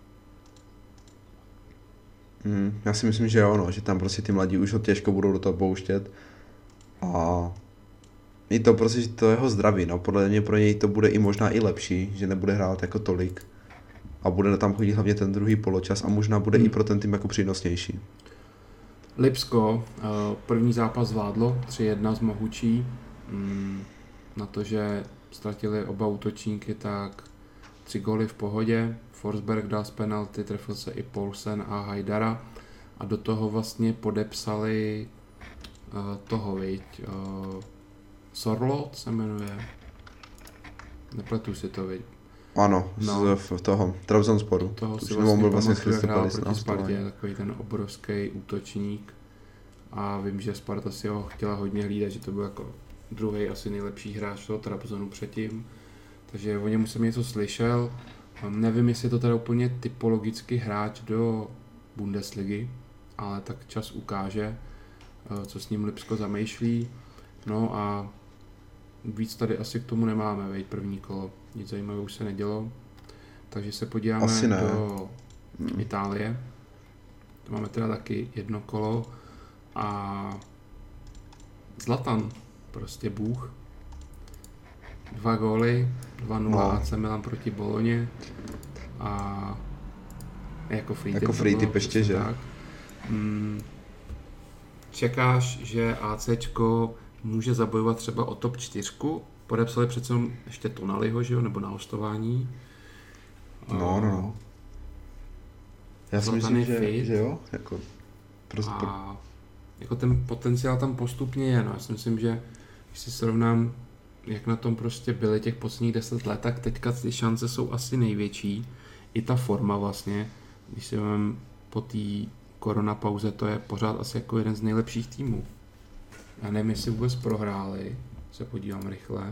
Hmm, já si myslím, že jo, no, že tam prostě ty mladí už ho těžko budou do toho pouštět a i to prostě, že to jeho zdraví, no, podle mě pro něj to bude i možná i lepší, že nebude hrát jako tolik a bude tam chodit hlavně ten druhý poločas a možná bude hmm. i pro ten tým jako přínosnější. Lipsko, první zápas zvládlo, tři jedna z Mohučí, na to, že ztratili oba útočníky, tak tři góly v pohodě. Forsberg dal z penalty, trefil se i Poulsen a Hajdara a do toho vlastně podepsali uh, toho, viď, uh, Sorloth se jmenuje, nepletu si to, viď. Ano, no, z toho Trabzonsporu. Toho si vlastně vlastně hrál proti Spartě, takový ten obrovský útočník a vím, že Sparta si ho chtěla hodně hlídat, že to byl jako druhý asi nejlepší hráč toho Trabzonu předtím, takže o něm jsem něco slyšel. Nevím, jestli je to teda úplně typologický hráč do Bundesligy, ale tak čas ukáže, co s ním Lipsko zamýšlí. No a víc tady asi k tomu nemáme, veď první kolo, nic zajímavého už se nedělo. Takže se podíváme do hmm. Itálie. To máme teda taky jedno kolo a Zlatan, prostě bůh. Dva góly, dva nula no. A C Milan proti Boloně a jako free tip. Jako free tip ještě, že? Tak. Hmm. Čekáš, že ACčko může zabojovat třeba o top čtyřku? Podepsali přece ještě Tonaliho, že jo, nebo na hostování. No, no, no. Já si myslím, že, že jo. Jako, prostě... A jako ten potenciál tam postupně je, no. Já si myslím, že když si srovnám, jak na tom prostě byly těch posledních deset let, tak teďka ty šance jsou asi největší. I ta forma vlastně, když si vezmeme po té koronapauze, to je pořád asi jako jeden z nejlepších týmů. Já nevím, jestli vůbec prohráli, se podívám rychle.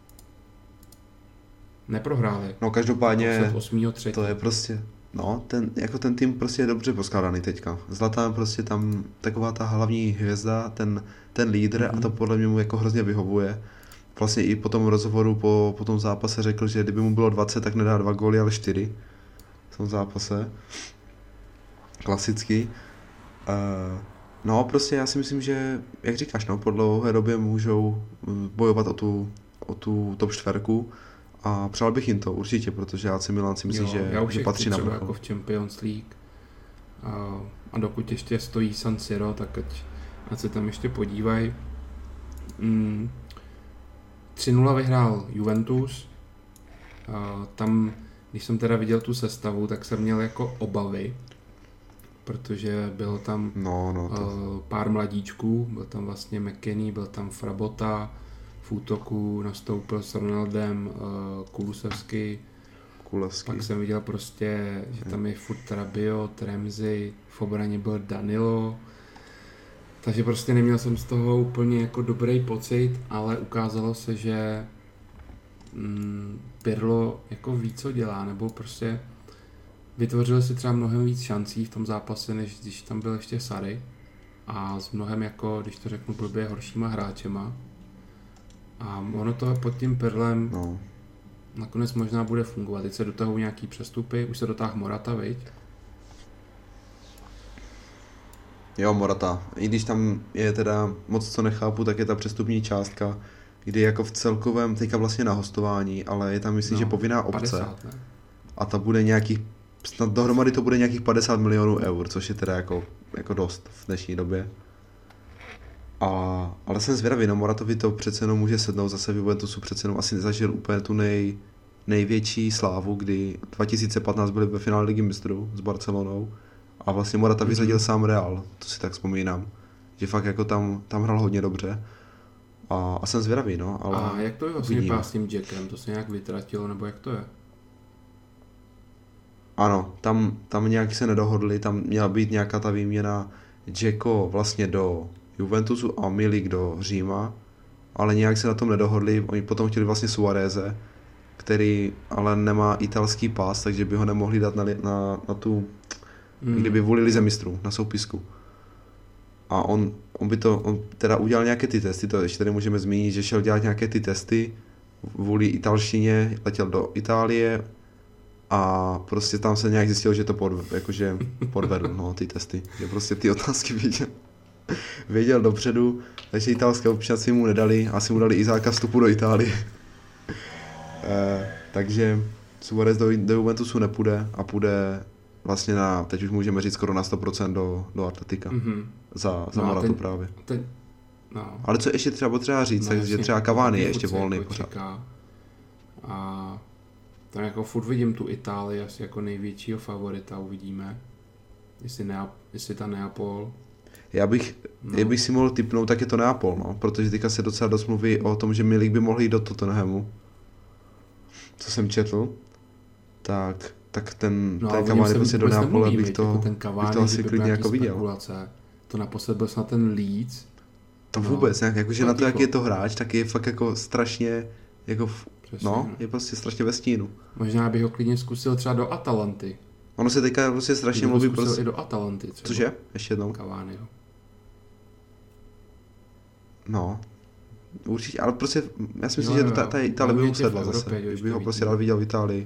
Neprohráli. No každopádně osmého to je prostě, no ten, jako ten tým prostě je dobře poskládaný teďka. Zlatan prostě tam taková ta hlavní hvězda, ten, ten lídr mm-hmm. a to podle mě mu jako hrozně vyhovuje. vlastně i po tom rozhovoru po, po tom zápase řekl, že kdyby mu bylo dvacet, tak nedá dva góly, ale čtyři v tom zápase. Klasicky. Uh, no prostě já si myslím, že, jak říkáš, no, po dlouhé době můžou bojovat o tu, o tu top čtverku a přál bych jim to určitě, protože A C Milan si myslím, jo, že, já už že patří na vrchol. Jako v Champions League. A, a dokud ještě stojí San Siro, tak ať, ať se tam ještě podívají. Mm, tři nula vyhrál Juventus. A tam, když jsem teda viděl tu sestavu, tak jsem měl jako obavy, protože bylo tam no, no, to... uh, pár mladíčků, byl tam vlastně McKennie, byl tam Frabota, v útoku nastoupil s Ronaldem uh, Kulusevský. Kulevský. Pak jsem viděl prostě, že tam je furt Rabiot, Ramsey, v obraně byl Danilo, takže prostě neměl jsem z toho úplně jako dobrý pocit, ale ukázalo se, že mm, Pirlo jako ví, co dělá, nebo prostě vytvořil si třeba mnohem víc šancí v tom zápase, než když tam byl ještě Sarri a s mnohem jako, když to řeknu blbě, horšíma hráčema. A ono to pod tím Pirlem no. nakonec možná bude fungovat. Teď se dotahují nějaký přestupy, už se dotáhl Morata, viď? Jo, Morata. I když tam je teda moc co nechápu, tak je ta přestupní částka, kdy jako v celkovém, teďka vlastně na hostování, ale je tam myslím, no, že povinná opce. padesát, ne? A ta bude nějakých, snad dohromady to bude nějakých padesát milionů eur, což je teda jako, jako dost v dnešní době. A, ale jsem zvědavý, no Moratovi to přece jenom může sednout, zase v Juventusu přece jenom asi nezažil úplně tu nej, největší slávu, kdy dva tisíce patnáct byli ve finále Ligy mistrů s Barcelonou a vlastně Morata vyřadil mm-hmm. sám Real, to si tak vzpomínám, že fakt jako tam, tam hrál hodně dobře a, a jsem zvědavý, no. Ale a jak to je vlastně vypadá s tím Jackem, to se nějak vytratilo, nebo jak to je? Ano, tam, tam nějak se nedohodli, tam měla být nějaká ta výměna Dzeko vlastně do Juventusu a Milik do Říma, ale nějak se na tom nedohodli, oni potom chtěli vlastně Suareze, který ale nemá italský pás, takže by ho nemohli dát na, na, na tu, mm. kdyby volili Lize mistrů, na soupisku. A on, on by to, on teda udělal nějaké ty testy, to ještě tady můžeme zmínit, že šel dělat nějaké ty testy, vůli italštině, letěl do Itálie a prostě tam se nějak zjistil, že to podvedl, jakože podvedl, no, ty testy, že prostě ty otázky věděl. Věděl dopředu, takže italské občanství mu nedali, asi mu dali i zákaz vstupu do Itálie. e, takže Suarez do, do Juventusu nepůjde a půjde vlastně na, teď už můžeme říct skoro na sto procent do, do Atletika. Mm-hmm. Za, za no Moratu ten, právě. Ten, no. Ale co ještě třeba potřeba říct, no, takže třeba Cavani je ještě volný jako pořád. A tam jako furt vidím tu Itálii asi jako největšího favorita, uvidíme. Jestli, Neap- jestli ta Neapol. Já bych, no. já bych si mohl tipnout, tak je to Neapol, no, protože teďka se docela dost mluví o tom, že Milik by mohl jít do Tottenhamu. Co jsem četl, tak, tak ten, no, ten Cavani prostě do Neapole bych to, jako ten Cavani, bych to asi klidně jako viděl. To naposled byl snad ten Leeds. To no, vůbec, nějak, jakože na to, jak je to hráč, tak je fakt jako strašně, jako, Přesně, no, je prostě strašně ve stínu. Možná bych ho klidně zkusil třeba do Atalanty. Ono se teďka prostě strašně mluví prostě i do Atalanty třeba. Cože? Ještě jednou. Cavaniho. No, určitě, ale prostě, já si myslím, jo, že ta, ta Itálie by mu sedla zase, kdyby ho prostě rád viděl v Itálii.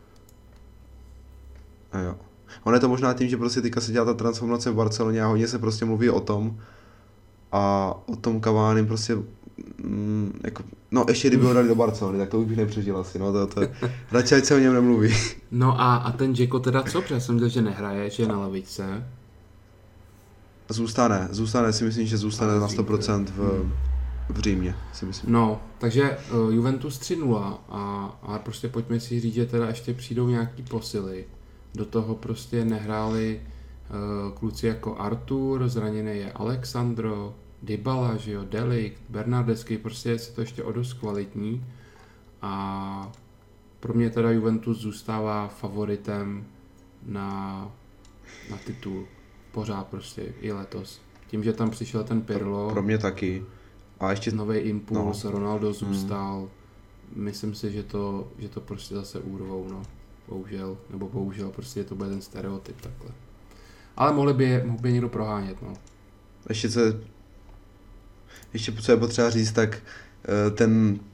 A jo. Ono je to možná tím, že prostě teďka se dělá ta transformace v Barceloně a hodně se prostě mluví o tom a o tom Cavani prostě, mm, jako, no ještě kdyby ho dali do Barcelony, tak to už bych nepřežil asi, no to, to radši ať se o něm nemluví. No a, a ten Dzeko teda co? Protože jsem viděl, že nehraje, že je na lavičce. Zůstane, zůstane, si myslím, že zůstane na sto procent v, v Římě, si myslím. No, takže uh, Juventus tři nula a, a prostě pojďme si říct, že teda ještě přijdou nějaký posily. Do toho prostě nehráli uh, kluci jako Artur, zraněný je Alexandro, Dybala, že jo, Delikt, Bernardeschi, prostě se to ještě o dost kvalitní a pro mě teda Juventus zůstává favoritem na, na titul. Pořád prostě i letos. Tím, že tam přišel ten Pirlo. Pro mě taky. A ještě nový impuls, no. Ronaldo zůstal. Hmm. Myslím si, že to, že to prostě zase úrvou, no. Bohužel, nebo bohužel, prostě to bude ten stereotyp takhle. Ale mohli by, mohl by někdo prohánět, no. Ještě co, ještě co je potřeba říct, tak ten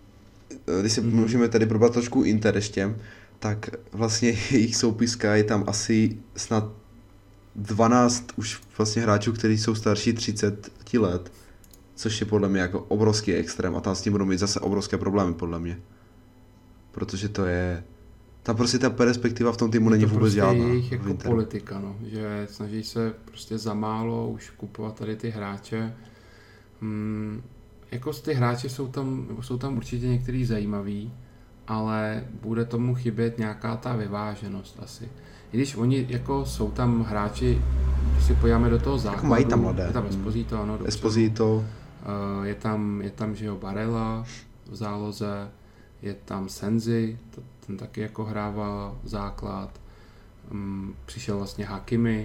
když se mm-hmm. můžeme tady probrat trošku Inter ještě, tak vlastně jejich soupiska je tam asi snad dvanáct už vlastně hráčů, kteří jsou starší třicet let, což je podle mě jako obrovský extrém a tam s tím budou mít zase obrovské problémy podle mě. Protože to je, tam prostě ta perspektiva v tom týmu není vůbec prostě žádná. Je to prostě jejich jako politika, no, že snaží se prostě za málo už kupovat tady ty hráče. Hmm, jako ty hráči jsou tam, jsou tam určitě některý zajímavý, ale bude tomu chybět nějaká ta vyváženost asi. I když oni jako jsou tam hráči, když si podíváme do toho základu, mají tam mladé. Je tam Esposito, ano, Esposito. Je tam, je tam, že jo, Barella v záloze, je tam Senzi, ten taky jako hrával základ, přišel vlastně Hakimi,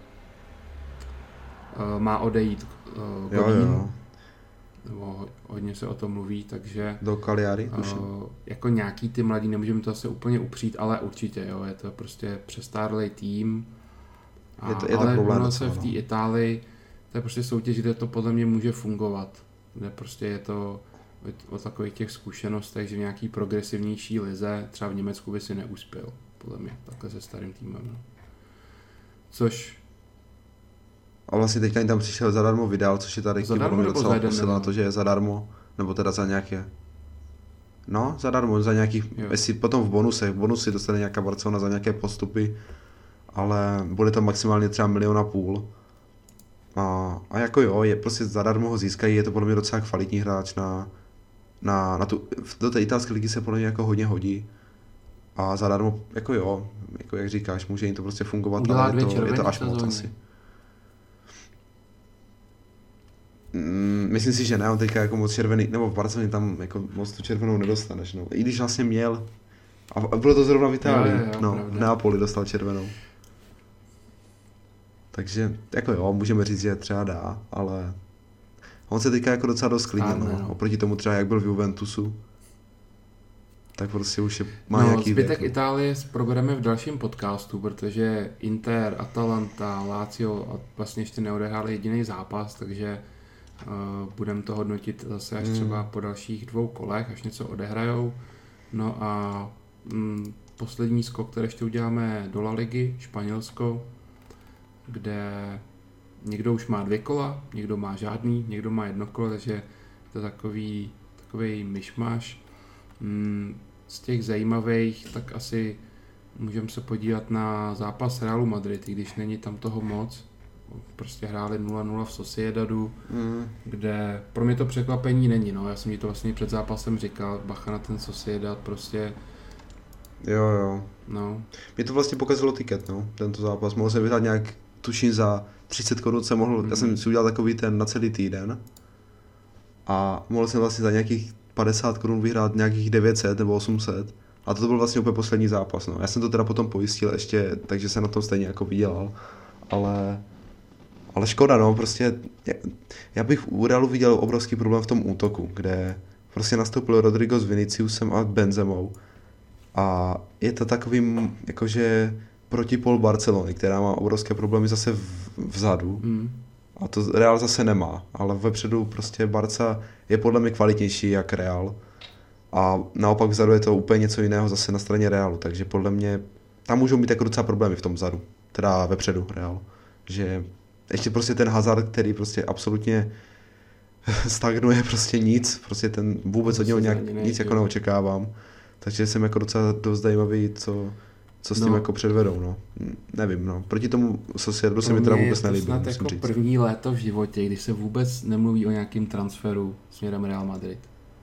má odejít Godín, nebo hodně se o tom mluví, takže do Cagliari, uh, jako nějaký ty mladí, nemůžeme to asi úplně upřít, ale určitě, jo, je to prostě přestárlej tým. A, je to, je to ale problém ono se v té Itálii, to je prostě soutěž, kde to podle mě může fungovat, kde prostě je to o, o takových těch zkušenostech, že v nějaký progresivnější lize, třeba v Německu by si neuspěl, podle mě, takhle se starým týmem. No. Což a vlastně teďka tam přišel zadarmo Vidal, což je tady zadarmo docela posila na to, že je zadarmo, nebo teda za nějaké, no zadarmo, za nějakých, jo. Jestli potom v bonusech, v bonusy dostane nějaká Barcelona za nějaké postupy, ale bude to maximálně třeba milion a půl. A, a jako jo, je prostě zadarmo ho získají, je to podle mě docela kvalitní hráč na, na, na tu, do té italské ligy se podle mě jako hodně hodí. A zadarmo, jako jo, jako jak říkáš, může jim to prostě fungovat, udělá ale je to, je to až sezóně. moc asi. Mm, myslím si, že ne, on teďka jako moc červený, nebo v Barceloně tam jako moc tu červenou nedostaneš, no. I když vlastně měl, a bylo to zrovna v Itálii, jo, jo, jo, no, pravda. v Neapoli dostal červenou. Takže jako jo, můžeme říct, že třeba dá, ale on se teďka jako docela dost klidnil, no. no. Oproti tomu třeba, jak byl v Juventusu, tak prostě už je, má no, nějaký zbytek věk. Itálie probereme v dalším podcastu, protože Inter, Atalanta, Lazio a vlastně ještě neodehráli jediný zápas, takže uh, budeme to hodnotit zase až hmm. třeba po dalších dvou kolech, až něco odehrajou. No a mm, poslední skok, který ještě uděláme do La Ligy, Španělsko, kde někdo už má dvě kola, někdo má žádný, někdo má jedno kolo, takže je to takový, takový myšmaš. Mm, z těch zajímavých, tak asi můžeme se podívat na zápas Realu Madrid, i když není tam toho moc. Prostě hráli nula nula v Sociedadu, mm. kde pro mě to překvapení není. No. Já jsem ti to vlastně před zápasem říkal, bacha na ten Sociedad, prostě... Jo, jo. No. Mě to vlastně pokazilo tiket, no, tento zápas. Mohl jsem vyhrát nějak, tuším za třicet korun jsem mohl, mm. já jsem si udělal takový ten na celý týden a mohl jsem vlastně za nějakých padesát korun vyhrát nějakých devět set nebo osm set. A to byl vlastně úplně poslední zápas. No. Já jsem to teda potom pojistil ještě, takže jsem na tom stejně jako vydělal. Ale, ale škoda, no, prostě já, já bych u Realu viděl obrovský problém v tom útoku, kde prostě nastoupil Rodrigo s Viniciusem a Benzemou. A je to takovým, jakože protipol Barcelony, která má obrovské problémy zase v, vzadu. Mm. A to Real zase nemá, ale vepředu prostě Barca je podle mě kvalitnější jak Real. A naopak vzadu je to úplně něco jiného zase na straně Realu, takže podle mě tam můžou mít jako docela problémy v tom vzadu, teda vepředu Real. Že ještě prostě ten Hazard, který prostě absolutně stagnuje prostě nic, prostě ten vůbec od něho nějak nic jako neočekávám. Takže jsem jako docela dost zajímavý, co... co s tím no. jako předvedou, no. Nevím, no. Proti tomu Sociedadu se mi teda vůbec nelíbí. Pro mě je to snad jako říct. První léto v životě, kdy se vůbec nemluví o nějakým transferu směrem Real Madrid.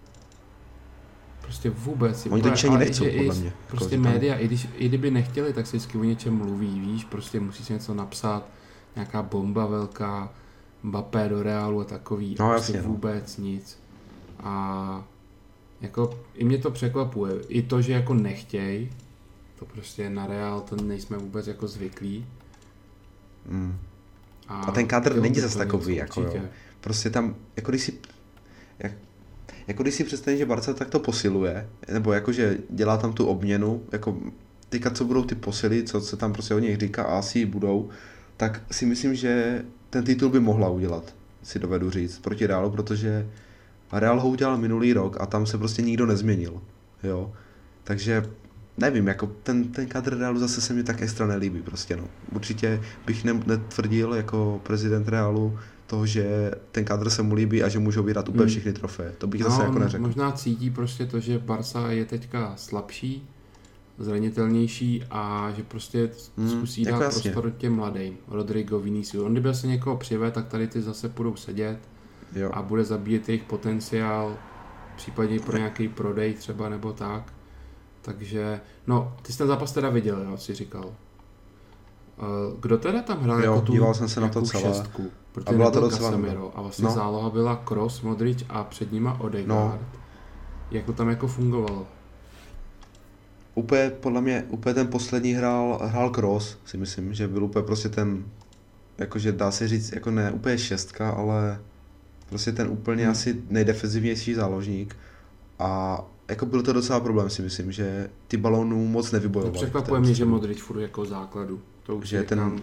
Prostě vůbec. Oni to ani nechcou, podle mě. Prostě jako média, i, když, i kdyby nechtěli, tak si vždycky o něčem mluví, víš, prostě musí se něco napsat, nějaká bomba velká, Mbappé do Realu a takový. No, prostě jasně, vůbec no. nic. A jako i mě to překvapuje. I to, že jako nechtěj, to prostě na Real to nejsme vůbec jako zvyklí. Mm. A, a ten kádr není zase takový, jako jo. Prostě tam, jako když si, jak, jako když si představíš, že Barca takto posiluje, nebo jakože dělá tam tu obměnu, jako teďka co budou ty posily, co se tam prostě o nich říká a asi budou, tak si myslím, že ten titul by mohla udělat, si dovedu říct, proti Realu, protože A Real ho udělal minulý rok a tam se prostě nikdo nezměnil, jo. Takže nevím, jako ten, ten kadr Realu zase se mi tak extra nelíbí prostě, no. Určitě bych ne, netvrdil jako prezident Realu toho, že ten kadr se mu líbí a že můžou vyhrát úplně všechny trofeje. To bych no, zase jako neřekl. Možná cítí prostě to, že Barca je teďka slabší, zranitelnější a že prostě hmm, zkusí jako dát jasně. prostor těm mladým. Rodrigo, Vinicius. On kdyby se někoho přived, tak tady ty zase budou sedět Jo. a bude zabíjet jejich potenciál, případně pro nějaký prodej třeba nebo tak. Takže, no, ty jsi ten zápas teda viděl, jo, si říkal. Kdo teda tam hrál jo, jako tu díval jsem se na to celé. šestku? Protože a byla to nebyl docela Casemiro a vlastně no. záloha byla Kroos, Modric a před nima Odegaard. No. Jak to tam jako fungovalo? Úplně, podle mě, úplně ten poslední hrál, hrál Kroos, si myslím, že byl úplně prostě ten, jakože dá se říct, jako ne úplně šestka, ale prostě ten úplně hmm. asi nejdefenzivnější záložník a jako byl to docela problém, si myslím, že ty balónů moc nevybojovali. No, překvapuje mě, že Modric furt jako základu. To už že ten... tam...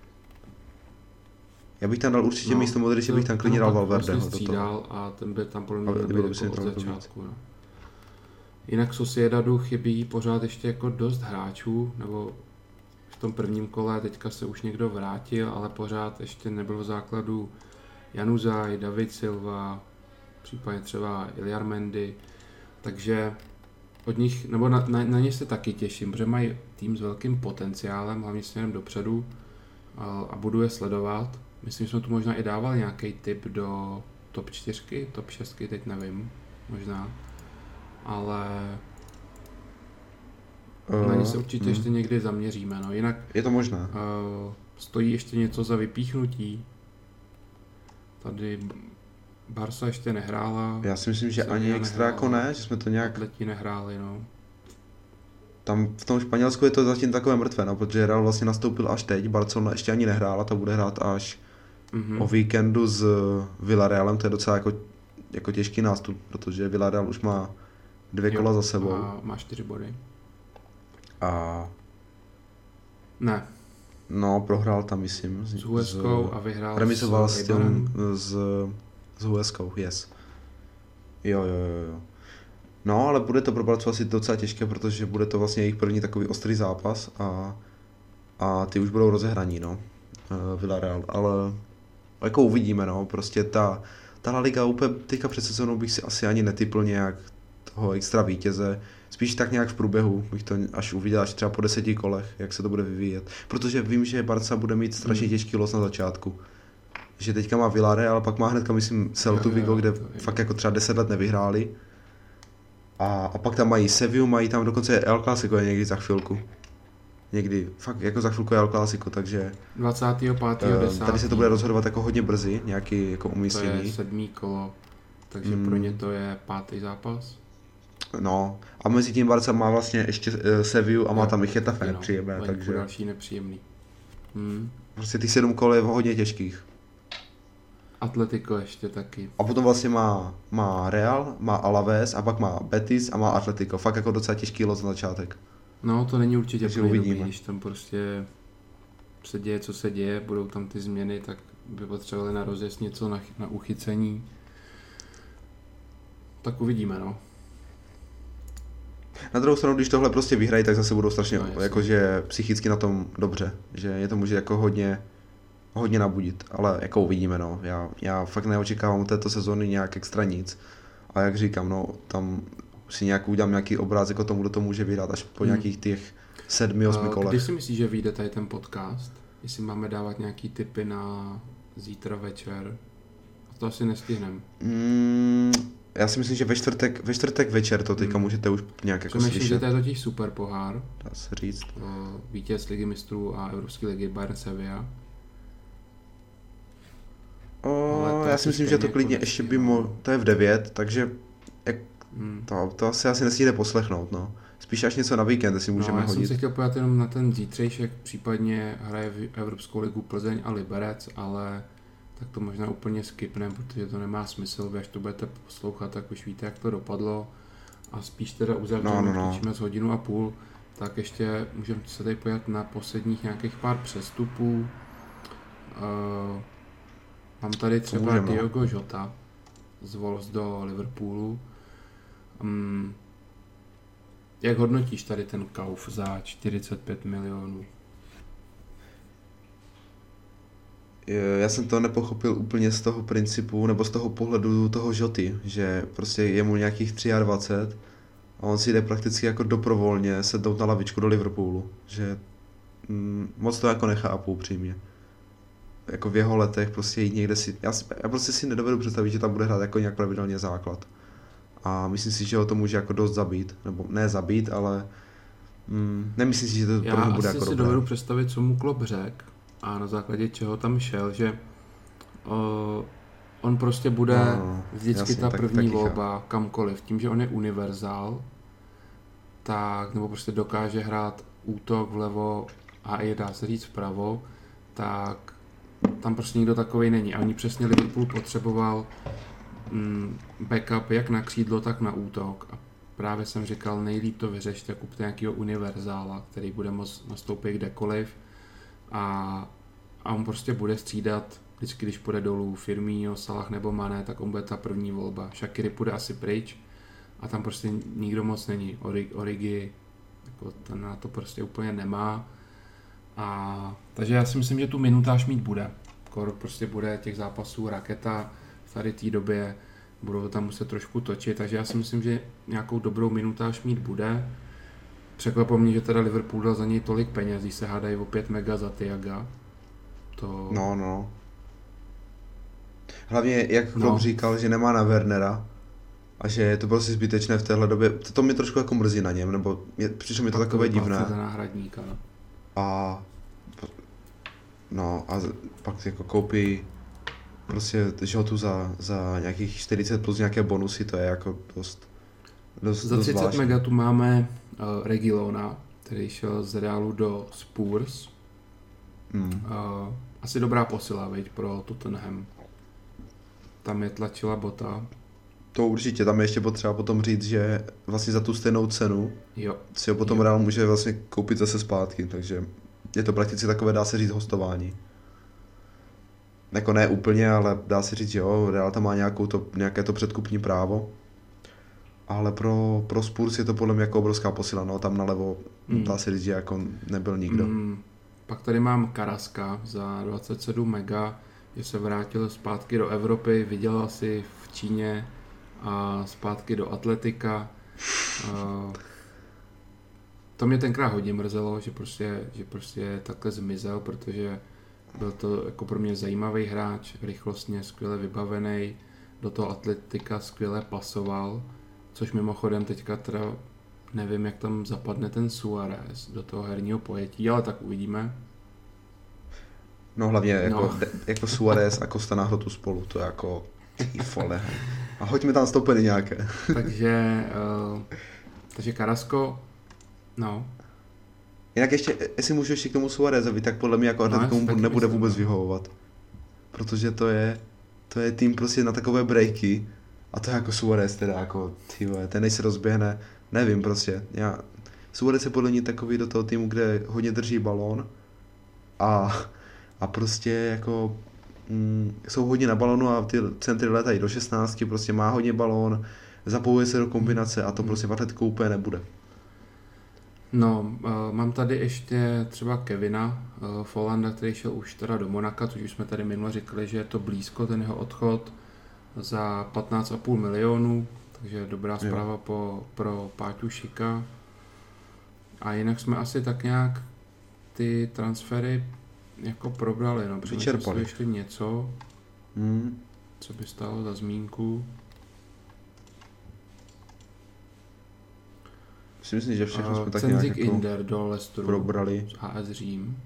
Já bych tam dal určitě no, místo Modriče, bych tam klidně dal Valverdeho do toho. A ten by tam podle mě byl jako od začátku. No. Jinak Sociedadu chybí pořád ještě jako dost hráčů, nebo v tom prvním kole teďka se už někdo vrátil, ale pořád ještě nebyl v základu Januzaj, David Silva, případně třeba Iliar Mendy, takže od nich, nebo na, na, na ně se taky těším, protože mají tým s velkým potenciálem, hlavně směrem dopředu a, a budu je sledovat. Myslím, že jsme tu možná i dávali nějaký tip do top čtyřky, top šestky, teď nevím, možná, ale uh, na ně se určitě hmm. ještě někdy zaměříme, no, jinak je to možné. Uh, stojí ještě něco za vypíchnutí. Tady Barca ještě nehrála. Já si myslím, že ani extra jako ne, že jsme to nějak... Atleti nehráli, no. Tam v tom Španělsku je to zatím takové mrtvé, no, protože Real vlastně nastoupil až teď, Barcelona ještě ani nehrála, to bude hrát až mm-hmm. o víkendu s Villarrealem, to je docela jako, jako těžký nástup, protože Villarreal už má dvě jo, kola za sebou. Má, má čtyři body. A... Ne. No, prohrál tam, myslím. S Hueskou a vyhrál remizoval s tím s, s Hueskou, yes. Jo, jo, jo, jo. No, ale bude to pro Barcu asi docela těžké, protože bude to vlastně jejich první takový ostrý zápas a, a ty už budou rozehraní, no, Villarreal, ale jako uvidíme, no, prostě ta, ta La Liga úplně teďka před sezónou bych si asi ani netipl nějak toho extra vítěze, spíš tak nějak v průběhu bych to až uviděl, až třeba po deseti kolech, jak se to bude vyvíjet, protože vím, že Barca bude mít strašně těžký los na začátku, že teďka má Villarreal, pak má hnedka, myslím, Celtu Vigo, kde fakt jako třeba deset let nevyhráli. A, a pak tam mají Sevillu, mají tam dokonce El Clásico někdy za chvilku. Někdy, fakt jako za chvilku je El Clásico, takže... dvacátého pátého desátého Tady se to bude rozhodovat jako hodně brzy, nějaký jako umístění. To je sedmý kolo, takže mm. pro ně to je pátý zápas. No, a mezi tím Barca má vlastně ještě uh, Sevillu a má tam i Getafe no, nepříjemné, takže... další nepříjemný. Hmm. Prostě těch sedm kol je hodně těžkých. Atletico ještě taky. A potom vlastně má, má Real, má Alaves a pak má Betis a má Atletico. Fakt jako docela těžký los na začátek. No to není určitě plný dobrý, když tam prostě se děje, co se děje, budou tam ty změny, tak by potřebovali na rozjezd něco na, na uchycení. Tak uvidíme, no. Na druhou stranu, když tohle prostě vyhrají, tak zase budou strašně no, jakože psychicky na tom dobře. Že je to může jako hodně hodně nabudit, ale jako uvidíme, no. Já, já fakt neočekávám této sezóny nějak extra nic. A jak říkám, no, tam si nějak udělám nějaký obrázek o tom, kdo to může vyhrát až po hmm. nějakých těch sedmi, osmi kolech. Když si myslíš, že vyjde tady ten podcast? Jestli máme dávat nějaký tipy na zítra večer? A to asi nestihneme. Mm, já si myslím, že ve čtvrtek, ve čtvrtek večer to teďka hmm. můžete už nějak jako slyšet. Myslím, že to je totiž super pohár. Dá se říct. Vítěz Ligy mistrů a Evropské ligy Bayern Sevilla. O, já si myslím, že to klidně ještě by mohl, to je v devět, takže jak, hmm. to, to asi asi nesmíte poslechnout, no. Spíš až něco na víkend, si můžeme no, já hodit. Já jsem se chtěl pojat jenom na ten zítřejšek, případně hraje v Evropskou ligu Plzeň a Liberec, ale tak to možná úplně skipneme, protože to nemá smysl, vy až to budete poslouchat, tak už víte, jak to dopadlo a spíš teda uzavřeme, no, no, no. z hodinu a půl, tak ještě můžeme se tady pojat na posledních nějakých pár přestupů. Uh, Mám tady třeba Diogo Jota, z Wolves do Liverpoolu. Um, jak hodnotíš tady ten kauf za čtyřicet pět milionů? Já jsem to nepochopil úplně z toho principu, nebo z toho pohledu toho Žoty, že prostě je mu nějakých dvacet tři a on si jde prakticky jako dobrovolně sednout na lavičku do Liverpoolu, že mm, moc to jako nechápu upřímně. Jako v jeho letech prostě jít někde si, já, si, já prostě si nedovedu představit, že tam bude hrát jako nějak pravidelně základ. A myslím si, že ho to může jako dost zabít, nebo ne zabít, ale mm, nemyslím si, že to pro něj bude jako Já asi si dobré. dovedu představit, co mu Klopp řekl a na základě čeho tam šel, že uh, on prostě bude no, no, vždycky jasně, ta tak, první volba kamkoliv. Tím, že on je univerzál, tak nebo prostě dokáže hrát útok vlevo a i dá se říct vpravo, tak tam prostě nikdo takovej není. A oni přesně Liverpool potřeboval mm, backup jak na křídlo, tak na útok. A právě jsem říkal, nejlíp to vyřešit, jak kupte nějakého univerzála, který bude moct nastoupit kdekoliv a, a on prostě bude střídat vždycky, když půjde dolů Firmino, Salah nebo Mané, tak on bude ta první volba. Shaqiri půjde asi pryč a tam prostě nikdo moc není. Origi, Origi jako ten na to prostě úplně nemá. A, takže já si myslím, že tu minutáž mít bude. Kor prostě bude těch zápasů raketa v tady té době, budou tam muset trošku točit, takže já si myslím, že nějakou dobrou minutáž mít bude. Překvapilo mě, že teda Liverpool dal za něj tolik peněz, když se hádají o pět mega za Thiaga. To... No, no. Hlavně, jak Klopp No. říkal, že nemá na Wernera a že je to prostě zbytečné v téhle době, to, to mě trošku jako mrzí na něm, nebo mě, přišlo mi to Pak takové to divné. za náhradníka, no. A no a z- pak jako koupí prostě Žotu za, za nějakých čtyřicet plus nějaké bonusy, to je jako dost, dost, Za dost třicet zvláštní. mega tu máme uh, Reguilona, který šel z Realu do Spurs. Hmm. Uh, asi dobrá posila, veď, pro Tottenham. Tam je tlačila Bota. To určitě, tam je ještě potřeba potom říct, že vlastně za tu stejnou cenu Jo. si ho potom Jo. Real může vlastně koupit zase zpátky, takže je to prakticky takové, dá se říct, hostování. Jako ne úplně, ale dá se říct, že jo, Real tam má nějakou to, nějaké to předkupní právo. Ale pro, pro Spurs je to podle mě jako obrovská posila, no tam nalevo Mm. dá se říct, že jako nebyl nikdo. Mm, pak tady mám Karaska za dvacet sedm mega, že se vrátil zpátky do Evropy, vydělal si v Číně a zpátky do Atletika. Uh, to mě tenkrát hodně mrzelo, že prostě, že prostě takhle zmizel, protože byl to jako pro mě zajímavý hráč, rychlostně skvěle vybavený, do toho Atletika skvěle pasoval, což mimochodem teďka teda nevím, jak tam zapadne ten Suarez do toho herního pojetí, ale tak uvidíme. No hlavně jako, No. de, jako Suarez a Costa na hrotu spolu, to je jako ty vole. A hoďme tam stopeny nějaké. takže, uh, takže Carrasco, no, Jinak ještě, jestli můžu ještě k tomu Suarezovi, tak podle mě jako No, Atletico já si mu taky nebude myslím, vůbec no. vyhovovat. Protože to je, to je tým prostě na takové breaky a to je jako Suarez teda jako, ty vole, ten než se rozběhne, nevím prostě. Já, Suarez je podle mě takový do toho týmu, kde hodně drží balón a, a prostě jako mm, jsou hodně na balonu a ty centry letají do šestnáctky, prostě má hodně balón, zapojuje se do kombinace a to prostě v Atletico úplně nebude. no, uh, mám tady ještě třeba Kevina uh, Follanda, který šel už teda do Monaka, což už jsme tady minule říkali, že je to blízko ten jeho odchod za patnáct a půl milionů, takže dobrá zpráva po, pro Páťu Šika. A jinak jsme asi tak nějak ty transfery jako probrali, no, přemýšlím, Vyčerpali. jestli ještě něco, Mm. co by stálo za zmínku. Si myslím, že všechno Uh, jsme tak nějak Cenzik jako Inder do Leicesteru probrali. z A S Řím.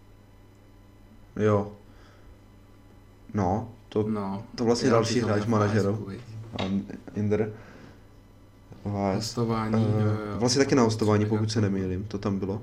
Jo. No, to, No, to vlastně já další bych to hráč měl v manažeru. A S ku, viď. A Inder. Vás. Hostování, jo, jo, jo. Vlastně taky na hostování, Mega pokud se cool. nemýlím, to tam bylo.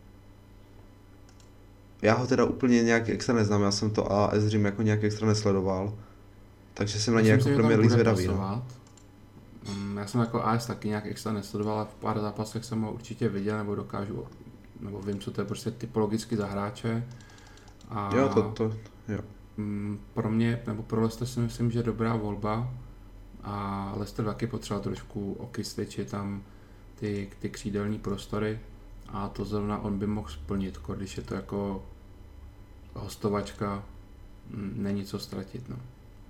Já ho teda úplně nějak extra neznám, já jsem to A S Řím jako nějak extra nesledoval. Takže jsem na něj Já jako si myslím, že Premier tam League bude zvědavý, no. pasovat. Mm, Já jsem jako A S taky nějak extra nesledoval, ale v pár zápasech jsem ho určitě viděl, nebo dokážu, nebo vím, co to je prostě typologicky za hráče. A Jo, to, to, jo. mm, pro mě, nebo pro Leicester si myslím, že je dobrá volba. a Leicester taky potřeboval trošku okysličit tam ty, ty křídelní prostory a to zrovna on by mohl splnit, když je to jako hostovačka, není co ztratit. No.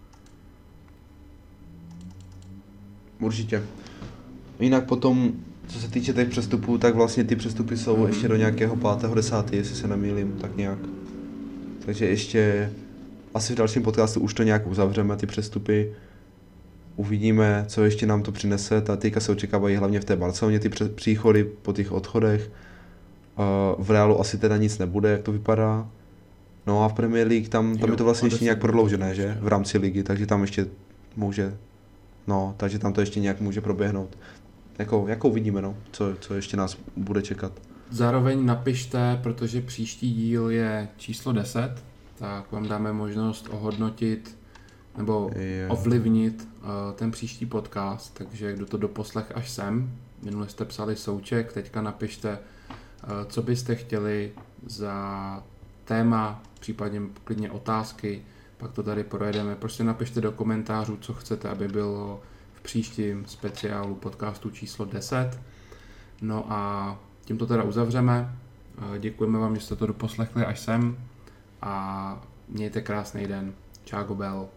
Určitě. Jinak potom, co se týče těch přestupů, tak vlastně ty přestupy jsou mm. ještě do nějakého pátého desátého jestli se nemýlím, tak nějak. Takže ještě asi v dalším podcastu už to nějak uzavřeme, ty přestupy. Uvidíme, co ještě nám to přinese. Ta teďka se očekávají hlavně v té Barceloně ty příchody po těch odchodech. V Realu asi teda nic nebude, jak to vypadá. No a v Premier League tam, tam jo, je to vlastně ještě nějak prodloužené, že? V rámci ligy, takže tam ještě může, no, takže tam to ještě nějak může proběhnout. Jako, jako uvidíme, no, co, co ještě nás bude čekat. Zároveň napište, protože příští díl je číslo deset, tak vám dáme možnost ohodnotit nebo je. ovlivnit uh, ten příští podcast, takže kdo to doposlech až sem, minule jste psali souček, teďka napište, uh, co byste chtěli za téma, případně klidně otázky, pak to tady projedeme. Prostě napište do komentářů, co chcete, aby bylo v příštím speciálu podcastu číslo deset. No a tím to teda uzavřeme. Děkujeme vám, že jste to doposlechli až sem a mějte krásný den. Čau, Bel.